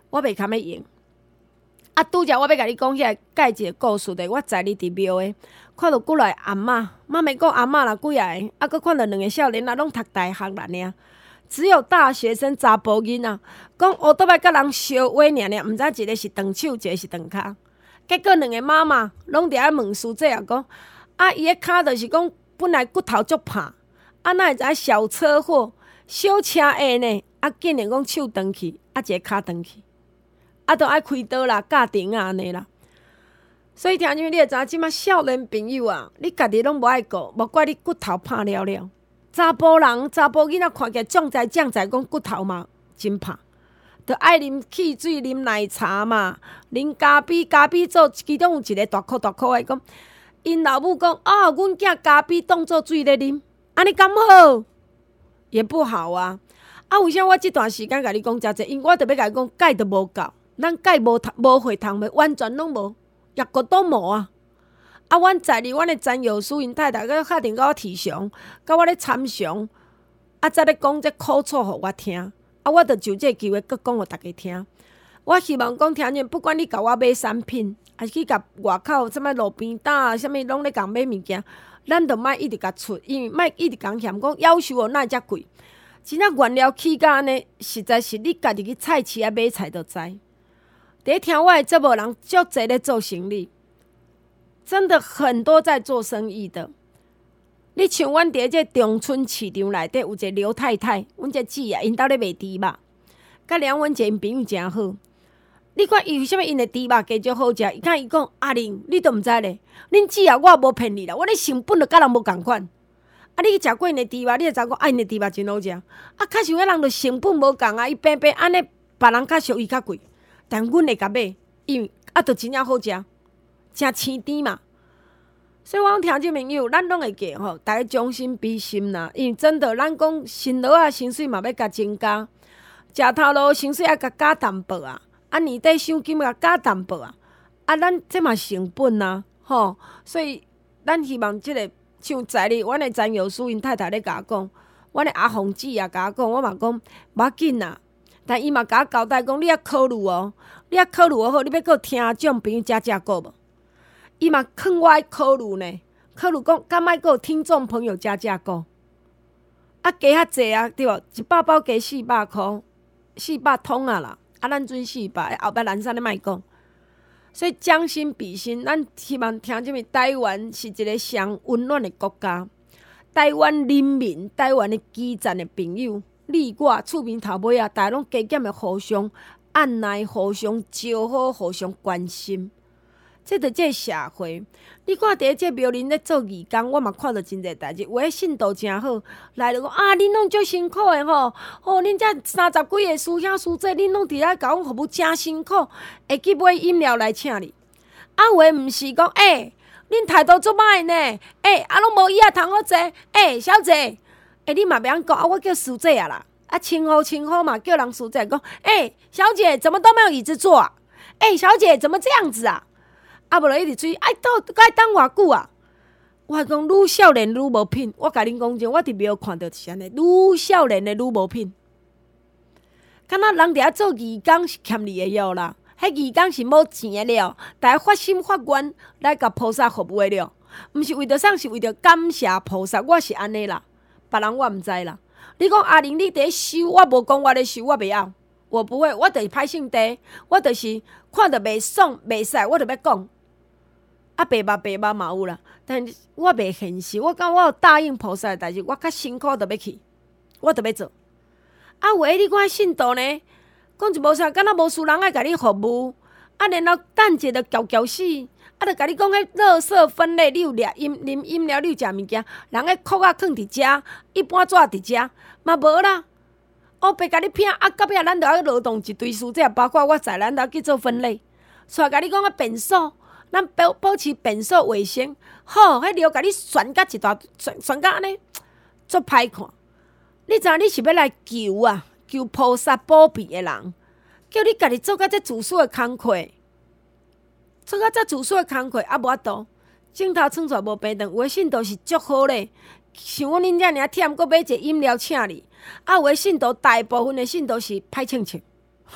我袂堪要用。啊，拄则我要甲你讲遐个介一个故事的，我载你伫庙诶，看到几来阿嬷，妈咪讲阿嬷啦，几啊个，啊，佮看到两个少年啊，拢读大学啦尔，只有大学生查甫囡仔，讲学倒摆甲人相话尔尔，毋知一个是长手，一个是长骹。结果两个妈妈拢伫遐问师姐啊，讲啊，伊个骹就是讲本来骨头足拍，啊，哪会知小车祸、小车祸呢？啊，竟然讲手断去，啊，一个骹断去。啊，都爱开刀啦、教程啊，安尼啦。所以听像你会知，即马少年朋友啊，你家己拢无爱顾，无怪你骨头拍了了。查甫人、查甫囡仔看起来壮哉壮哉，讲骨头嘛真拍，着爱啉汽水、啉奶茶嘛，啉咖啡。咖啡做其中有一个大颗大颗的，讲因老母讲啊，阮囝咖啡当做水咧啉，安尼敢好？也不好啊。啊，为啥我即段时间甲你讲遮济？因为我特别甲你讲，钙都无够。咱钙无无血糖袂，完全拢无，药骨都无啊！啊，阮在哩，阮的詹药师因太太，佮敲电甲我提详，甲我咧参详，啊，才咧讲这苦楚互我听。啊，我着就这机会，佮讲互大家听。我希望讲听见，不管你甲我买产品，还是去甲外口什物路边摊啊，什物拢咧共买物件，咱着莫一直甲出，因为莫一直共嫌讲夭寿哦，哪会遮贵？真正原料起价安尼，实在是你家己去菜市啊买菜着知。伫听我的节目人足侪咧做生意，真的很多在做生意的。你像阮伫这中村市场内底有一个刘太太，阮这姊啊，因兜咧卖猪肉，甲两阮一个因朋友诚好。你看伊为虾米因的猪肉加足好食？伊看伊讲阿玲，你都毋知咧，恁姊啊，我无骗你啦，我咧成本就甲人无共款。啊，你去食过因的猪肉，你会知讲啊，因的猪肉真好食。啊，确实迄人就成本无共啊，伊平平安尼，别人较俗伊较贵。但阮会甲买，因为啊，着真正好食，真鲜甜嘛。所以我讲听众朋友，咱拢会记吼，大家将心比心啦。因为真的，咱讲生劳啊，薪水嘛要甲增加，食头路薪水要甲加淡薄啊，啊年底赏金甲加淡薄啊，啊咱这嘛成本啊，吼。所以咱希望即、这个像在哩，阮的詹药师因太太咧甲我讲，阮的阿凤姊也甲我讲，我嘛讲无要紧啦。但伊嘛甲我交代讲，你要考虑哦，你要考虑好，你要搁听众朋友加加购无？伊嘛劝我爱考虑呢，考虑讲敢莫搁听众朋友加加购？啊，加较济啊，对无？一百包加四百箍，四百通啊啦，啊，咱准四百，后摆咱啥咧莫讲？所以将心比心，咱希望听这边台湾是一个上温暖的国家，台湾人民、台湾的基层的朋友。你我厝边头尾啊，大家拢加减的互相按捺、互相招好、互相关心，这着这社会。你看伫这庙林咧做义工，我嘛看到真侪代志，有诶信徒诚好，来就讲啊，恁拢足辛苦诶吼，吼恁遮三十几个师兄师姐，恁拢伫遐甲阮服务诚辛苦，会去买饮料来请你。啊，有诶毋是讲诶，恁态度足歹呢，诶，啊拢无椅仔通好坐，诶，小姐。欸，你嘛袂晓讲啊！我叫师姐啊啦，啊，称呼称呼嘛，叫人师姐讲。欸，小姐怎么都没有椅子坐啊？欸，小姐怎么这样子啊？啊，无就一直追，爱到该等偌久啊？我讲愈少年愈无品，我甲恁讲真，我伫庙看到是安尼，愈少年的愈无品。敢若人伫遐做义工是欠你的药啦，迄义工是无钱的了，大家发心发愿来甲菩萨服务的了，毋是为着啥，是为着感谢菩萨，我是安尼啦。别人我毋知啦。你讲阿玲，你伫收，我无讲我咧收，我袂晓，我不会，我就是歹性地，我就是看着袂爽袂使，我就要讲。啊，白目白目嘛有啦，但我袂现实。我讲我有答应菩萨的代志，我较辛苦就要去，我就要做。啊，有诶，你看信徒呢，讲一无啥，敢若无事人爱甲你服务，啊，然后等者就搅搅死。啊，著甲你讲，迄垃圾分类，你有掠饮啉饮料，你有食物件，人迄裤仔囥伫遮，一般纸伫遮，嘛无啦。哦，白甲你骗，啊，到尾咱著要劳动一堆事，这包括我在，咱著要去做分类。所以甲你讲个便所，咱保保持便所卫生，好，迄料甲你旋甲一大旋旋甲安尼，足歹看。你知影你是要来求啊，求菩萨保庇的人，叫你家己做甲这自私的工课。做到遮自私的工课，啊无法度，镜头创出来无平等。有诶信徒是足好咧，像阮恁遮尔忝，阁买一个饮料请你。啊，有诶信徒大部分诶信徒是歹称称，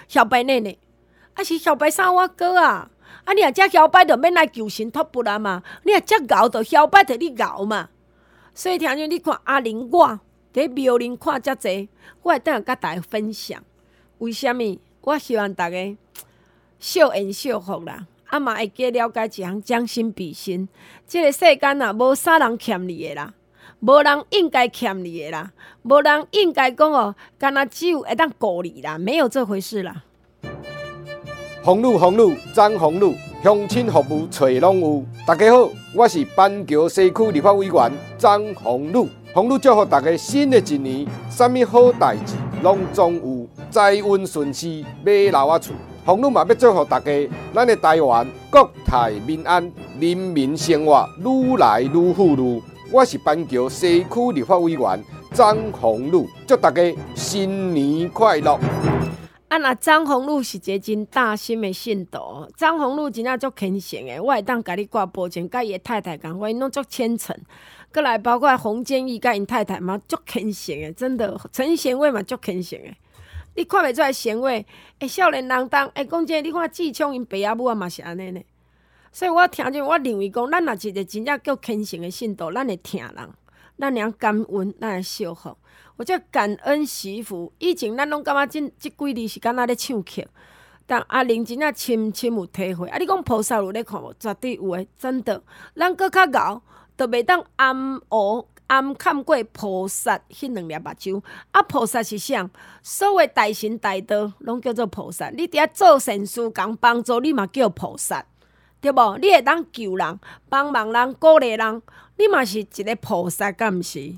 小白奶奶，啊是小白三我哥啊，啊你若遮小白就免来求神托佛啊嘛，你若遮敖就小白摕你敖嘛。所以听见你看阿玲我伫庙林看遮济，我会等下甲大家分享。为虾米？我希望大家惜缘惜福啦，啊嘛会加了解一项将心比心。即、這个世间啊，无啥人欠你的啦，无人应该欠你的啦，无人应该讲哦，干那只有会当顾你啦，没有这回事啦。 红路红路张红路，乡亲服务找拢有。大家好，我是板桥西区立法委员张红路。红路祝福大家新的一年，啥物好代志拢总有，财运顺遂，买楼啊厝。红路嘛要祝福大家，咱的台湾国泰民安，人民生活愈来愈富裕。我是板桥西区立法委员张红路，祝大家新年快乐。 啊，那张宏禄是一个真大心的信徒，张宏禄真正足虔诚的，我会当甲你挂保证，甲伊的太太共款，因拢足虔诚。过来包括洪建义甲因太太嘛，足虔诚的，真的陈贤伟嘛足虔诚的。你看袂出来贤伟，诶，少年人当，诶，讲真的，你看志昌因爸阿母啊嘛是安尼呢。所以我听见，我认为讲，咱若一个真正叫虔诚的信徒，咱会听人，咱会感恩，咱会惜福。我叫感恩惜福，以前咱拢感觉即即几字是敢若咧唱曲，但阿玲真正深深有体会。啊，你讲菩萨有咧看无？绝对有诶，真的。咱搁较敖，就袂当暗黑暗看过菩萨迄两粒目睭。啊，菩萨是啥？所谓大神大道拢叫做菩萨。你伫遐做善事，共帮助你嘛叫菩萨，对无？你会当救人、帮忙人、鼓励人，你嘛是一个菩萨，敢毋是？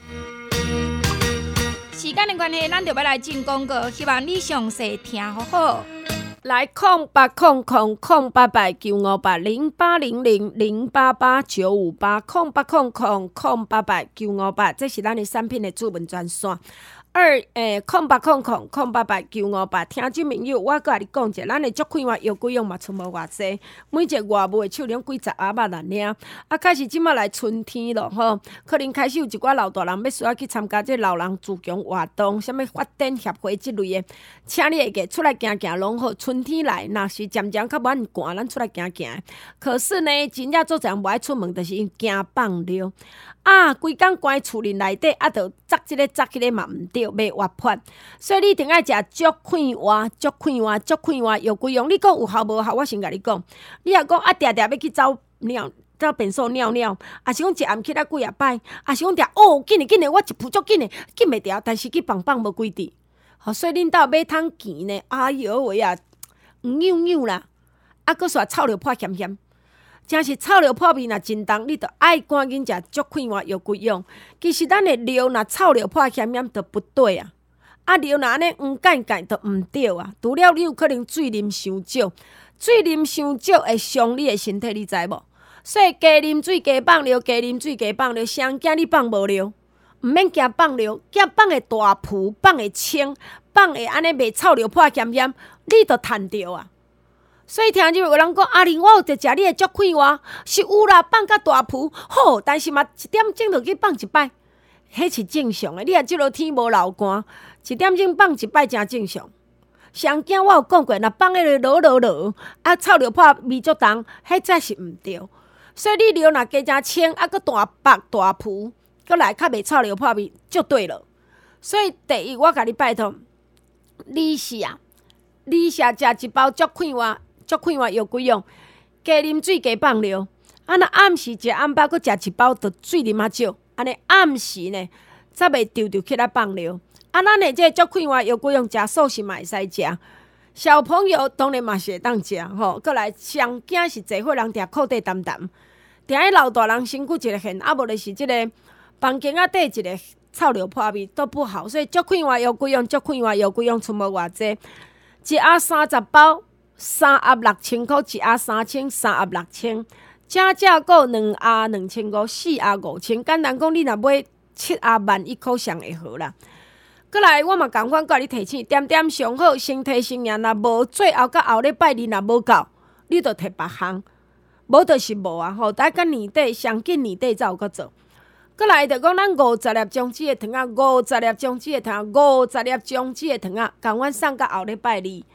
时间的关系，咱就要来进广告，希望你详细听好好。 来空八空空空八八九五八零八零零零八八九五八空八空空空八八九五八，这是咱的产品的主文专线。二诶，空八空空空八八九五八，听众朋友，我甲你讲者，咱的足快活药剂用嘛，出无偌济，每一个外卖手量几十盒肉来领。啊，开始即马来春天咯吼，可能开始有一寡老大人要需要去参加这老人自强活动，啥物发展协会之类的，请你会记出来行行拢好。春天来，若是渐渐较moins寒，咱出来行行。可是呢，真正做人无爱出门，就是因惊放尿。啊，规工关厝里内底，啊，着扎即个扎迄个嘛毋对，袂活泼。所以你一定爱食足快活、足快活、足快活药剂用。你讲有效无效？我先甲你讲。你若讲啊，定定要去走尿、走便所尿尿，啊是讲一暗起来几啊摆，啊是讲定哦，紧诶紧诶，我一扑足紧诶，紧袂掉，但是去放放无几滴。吼，所以恁兜买通钱呢？哎哟喂啊，黄扭扭啦，啊，搁煞臭着破咸咸。真是臭尿破味，若真重，你着爱赶紧食足快活药剂用。其实咱的尿若臭尿破咸咸，着不对啊。啊，尿若安尼黄干干，着毋对啊。除了你有可能水啉伤少，水啉伤少会伤你的身体，你知无？所以加啉水加放尿，加啉水加放尿，谁惊你放无尿？毋免惊放尿，惊放会大浮，放会清，放会安尼袂臭尿破咸咸，你着趁着啊。所以听入有人讲阿玲，我有伫食你的足快活，是有啦，放甲大浮好，但是嘛一点钟就去放一摆，迄是正常的。你若即落天无流汗，一点钟放一摆真正常。上惊我有讲过，若放迄个落落落，啊臭尿破味足重，迄才是毋对。所以你尿若加真清，啊搁大白大浮，搁来较袂臭尿破味，就对了。所以第一，我甲你拜托，你是啊，你是食一包足快活。足快活药剂用，加啉水加放尿。啊，若暗时食暗饱，佮食一包，着水啉较少。安尼暗时呢，才袂丢丢起来放尿。啊，咱的这足快活药剂用食素食嘛会使食，小朋友当然嘛是会当食吼。过来上惊是侪伙人定裤底澹澹，定迄老大人身躯一个现，啊无就是即个房间仔底一个臭尿破味都不好。所以足快活药剂用，足快活药剂用出无偌济，一盒三十包。三盒六千块，一盒三千，三盒六千。正正个两盒两千五，四盒五千。简单讲，你若买七盒万一块上会好啦。过来，我嘛共款甲你提醒，点点上好，身体生命若无最后到后礼拜二若无够，你着摕别项，无就是无啊。吼，大概年底上紧年底才有搁做。过来着讲，咱五十粒姜子的糖仔，五十粒姜子的糖仔，五十粒姜子的糖仔，共阮送到后礼拜二。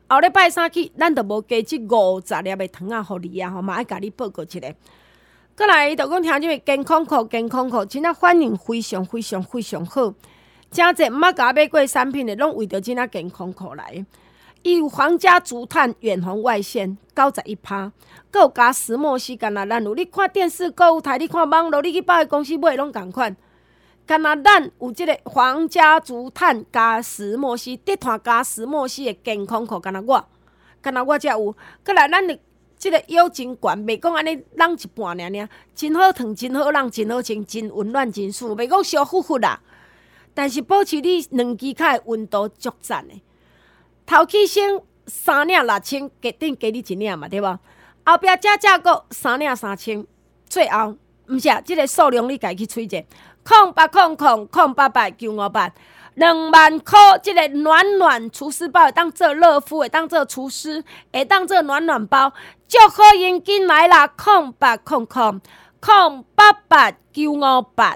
后礼拜三起，咱就无加即五十粒的糖啊，互你啊，吼，嘛爱甲你报告一下。过来，就讲听即个健康课，健康课真正反应非常非常非常好。真侪毋捌甲买过产品的，拢为着真正健康课来。伊有皇家竹炭远红外线九十一趴，佮有加石墨烯，干那咱有你看电视购物台，你看网络，你去百货公司买拢共款。干那咱有即个皇家竹炭加石墨烯，滴团加石墨烯的健康课，干那我，干那我才有。过来，咱的即个腰真悬，袂讲安尼人一半尔尔，真好烫，真好人，真好穿，真温暖，真舒服，袂讲烧乎乎啦。但是保持你两支脚的温度足赞的。头起先三领六千，加顶加你一领嘛，对无？后壁加价个三领三千，最后毋是啊，即、这个数量你家去揣者，空八空空空八八九五八，两万块。即个暖暖厨师包会当做热敷，会当做厨师，会当做暖暖包，足好用，紧来啦！空八空空空八八九五八。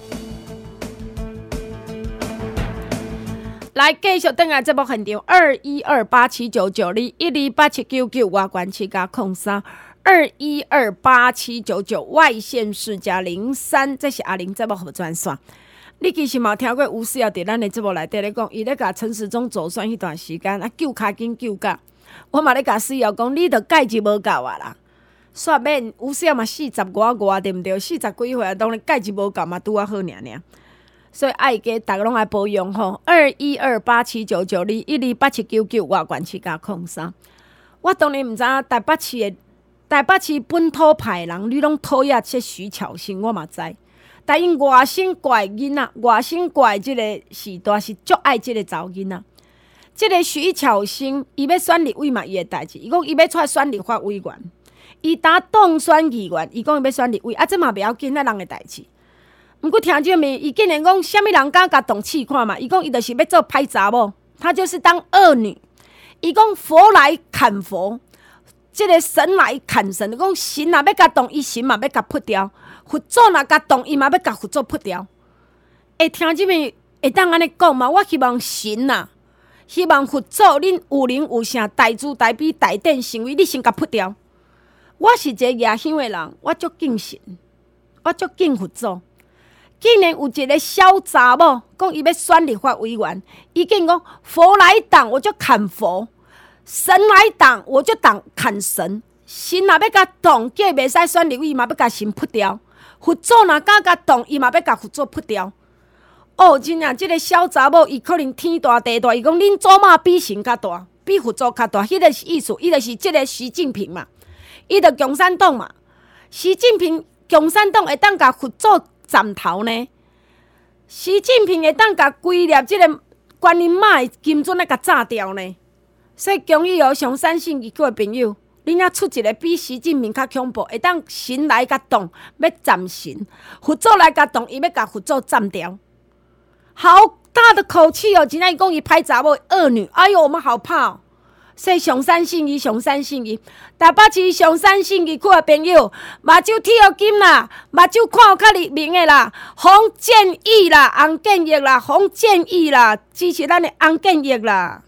来继续登来节目现场，二一二八七九九二一二八七九九外关七加空三二一二八七九九外县市加零三，这是阿玲节目合专线。你其实嘛有听过吴思瑶伫咱的节目内底咧讲，伊咧甲陈时中走算迄段时间啊，救卡紧救甲，我嘛咧甲思瑶讲，你着钙质无够啊啦。煞免吴思瑶嘛四十外外对毋对？四十几岁啊，当然钙质无够嘛，拄啊好尔尔。所以爱加大家拢爱保养吼，二一二八七九九二一二八七九九外关七加空三。我当然毋知影台北市的台北市本土派人，你拢讨厌这徐巧芯，我嘛知。但因外省怪囡仔，外省怪即个时代是足爱即个查某囡仔。即个徐巧芯，伊要选立委嘛，伊的代志。伊讲伊要出来选立法委员，伊打当选议员，伊讲伊要选立委，啊，这嘛袂要紧，那人的代志。毋过听这面，伊竟然讲虾米人敢甲动气看嘛？伊讲伊就是要做歹查某，她就是当恶女。伊讲佛来砍佛，即、这个神来砍神。讲神若要甲动，伊神嘛要甲扑掉；佛祖若甲动，伊嘛要甲佛祖扑掉。会听这面会当安尼讲嘛？我希望神呐、啊，希望佛祖恁有灵有圣，大慈大悲大典成为你先甲扑掉。我是一个野乡的人，我足敬神，我足敬佛祖。竟然有一个小查某讲伊要选立法委员，伊竟讲佛来挡我就砍佛，神来挡我就挡砍神。神若要甲动，叫伊袂使选立委，嘛要甲神扑掉；佛祖若敢甲动，伊嘛要甲佛祖扑掉。哦，真正即、这个小查某，伊可能天大地大，伊讲恁祖妈比神较大，比佛祖较大，迄、那个是意思，伊就是即个习近平嘛，伊就共产党嘛。习近平共产党会当甲佛祖斩头呢？习近平会当甲规粒即个观音妈的金尊来甲炸掉呢？所以恭喜哦，上善信义各位朋友，恁遐出一个比习近平较恐怖，会当神来甲动，要斩神；佛祖来甲动，伊要甲佛祖斩掉。好大的口气哦！今天伊讲伊歹查某恶女，哎呦，我们好怕哦！所以上善信义，上善信义，台北市上善信义区的朋友，目睭剃好金啦，目睭看有较入明的啦，洪建义啦，洪建义啦，洪建义啦，支持咱的洪建义啦。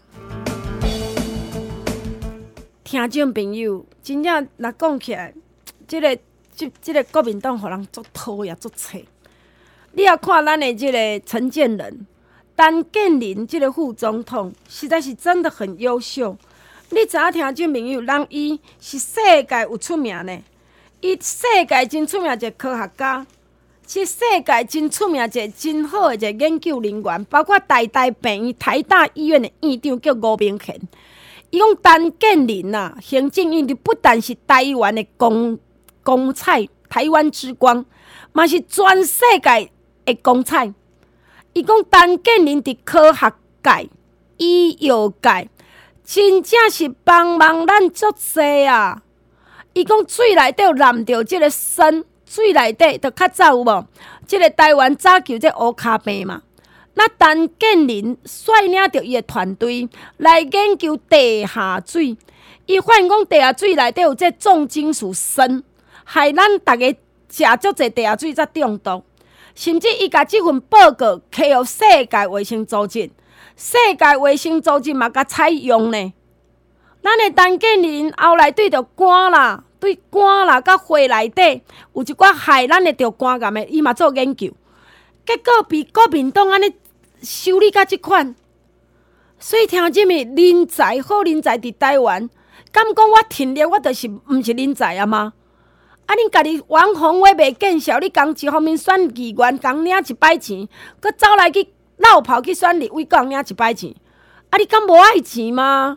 听众朋友，真正若讲起来，即、这个即即、这个国民党互人足讨厌足扯。你也看咱的即个陈建仁、陈建仁即个副总统，实在是真的很优秀。你知影听众朋友，人伊是世界有出名呢，伊世界真出名一个科学家，是世界真出名一个真好的一个研究人员，包括台大病院、台大医院的院长叫吴明贤。伊讲陈建仁呐，行政院长不但是台湾的光光彩，台湾之光，嘛是全世界的光彩。伊讲陈建仁伫科学界、医药界。真正是帮忙咱足济啊！伊讲水内底有染着即个砷，水内底就较早有无？即、这个台湾早求这乌骹病嘛。那陈建仁率领着伊的团队来研究地下水，伊发现讲地下水内底有这重金属砷，害咱大家食足济地下水才中毒。甚至伊甲即份报告摕互世界卫生组织。世界卫生组织嘛，甲采用呢。 咱的陈建仁后来对着肝啦，对肝啦，甲肺内底有一寡害咱的着肝癌的，伊嘛做研究，结果比国民党安尼修理甲即款。所以听即物人才好人才伫台湾，敢讲我挺力，我就是毋是人才啊吗？啊，恁家己王宏伟袂见效，你共一方面选议员，共领一摆钱，佮走来去绕跑去选立委，共领一摆钱，啊，你敢无爱钱吗？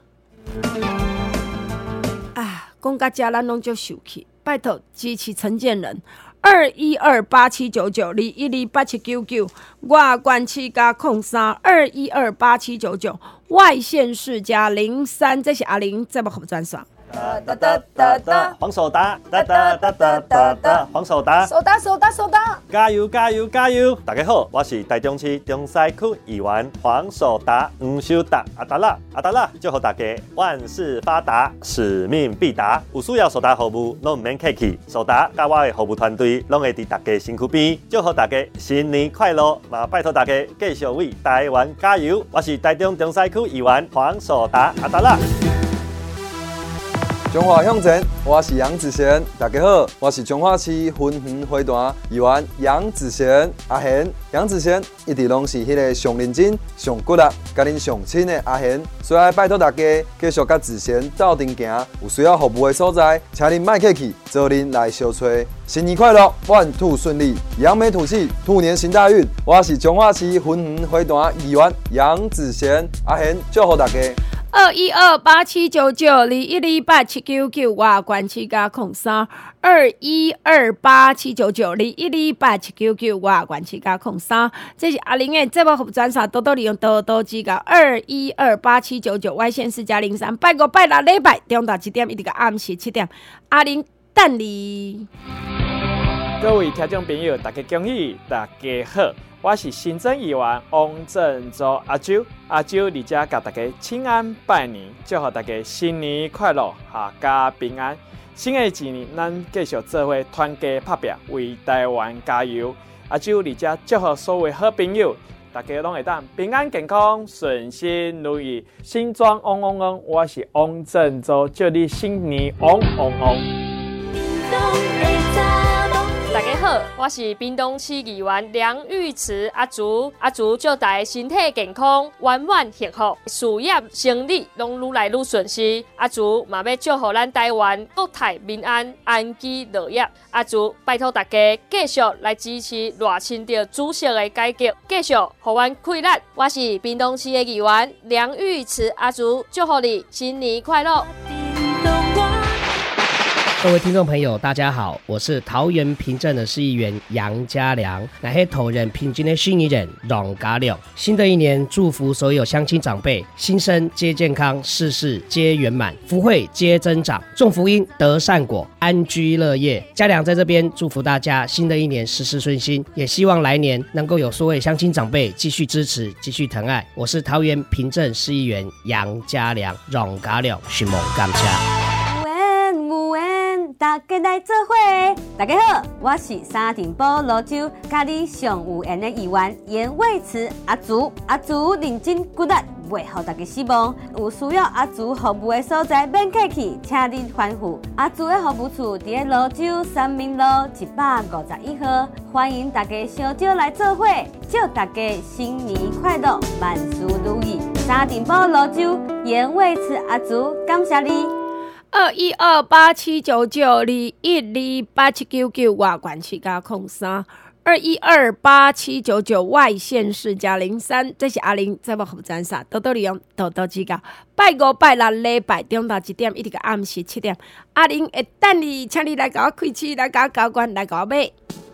啊，讲到遮，咱拢足受气，拜托支持陈建仁。二一二八七九九二一二八七九九，外关七加空三二一二八七九九，外县市加零三，这是阿玲节目服务专线。 哒哒哒哒哒，黄守达，哒哒哒哒哒哒，黄守达， 守达守达守达， 加油加油加油！大家好，我是台中市中西区议员黄守达，黄守达阿达啦阿达啦，祝福大家万事发达，使命必达。有需要守达服务，拢唔免客气，守达甲我的服务团队拢会伫大家身躯边，祝福大家新年快乐！嘛，拜托大家继续为台湾加油！我是台中中西区议员黄守达阿达啦。 中华向前，我是杨子贤。大家好，我是中华市云园花坛议员杨子贤阿贤。杨子贤一直拢是迄个上认真、上骨力、甲恁上亲的阿贤，所以拜托大家继续甲子贤斗阵行。有需要服务的所在，请恁莫客气，找恁来相找。新年快乐，万兔顺利，扬眉吐气，兔年行大运。我是中华市云园花坛议员杨子贤阿贤，祝福大家。 二一二八七九九二一二八七九九，外关七加空三二一二八七九九二一二八七九九，外关七加空三。这是阿玲的节目服务专线，多多利用多多指教。二一二八七九九，外县市加零三，拜五拜六礼拜中昼一点，一直到暗时七点。阿玲等你。 各位听众朋友，大家恭喜，大家好。我是新增议员王振洲阿周，阿周伫遮甲大家请安拜年，祝福大家新年快乐，阖家平安。新的一年，咱继续做伙团结打拼，为台湾加油。阿周伫遮祝福所有好朋友，大家拢会当平安健康、顺心如意，新装旺旺旺。我是王振洲，祝你新年旺旺旺。 大家好，我是屏东市议员梁玉慈阿竹，阿竹祝大家身体健康、圆满幸福，事业生意拢愈来愈顺遂。阿竹嘛要祝福咱台湾国泰民安、安居乐业。阿竹拜托大家继续来支持热情着主席的改革，继续互阮开力。我是屏东市的议员梁玉慈阿竹，祝福你新年快乐。 各位听众朋友，大家好，我是桃园平镇的市议员杨家良，乃是桃园平镇的新议人荣家良。新的一年，祝福所有乡亲长辈，新生皆健康，事事皆圆满，福慧皆增长，众福音得善果，安居乐业。家良在这边祝福大家，新的一年事事顺心，也希望来年能够有所有乡亲长辈继续支持，继续疼爱。我是桃园平镇市议员杨家良，荣家良，寻梦感谢。 大家来做伙，大家好，我是沙尘堡泸州家里上有缘的议员严伟慈阿竹，阿竹认真骨力，袂互大家失望。有需要阿竹服务的所在，免客气，请您吩咐。阿竹的服务处伫个泸州三民路一百五十一号，欢迎大家相招来做伙，祝大家新年快乐，万事如意。沙尘堡泸州严伟慈阿竹，感谢你。 二一二八七九九二一二八七九九，外关七加空三二一二八七九九，外县市加零三。这是阿玲节目服务专线，多多利用，多多指教。拜五拜六礼拜中昼一点，一直到暗时七点。阿玲会等你，请你来甲我开市，来甲我交关，来甲我买。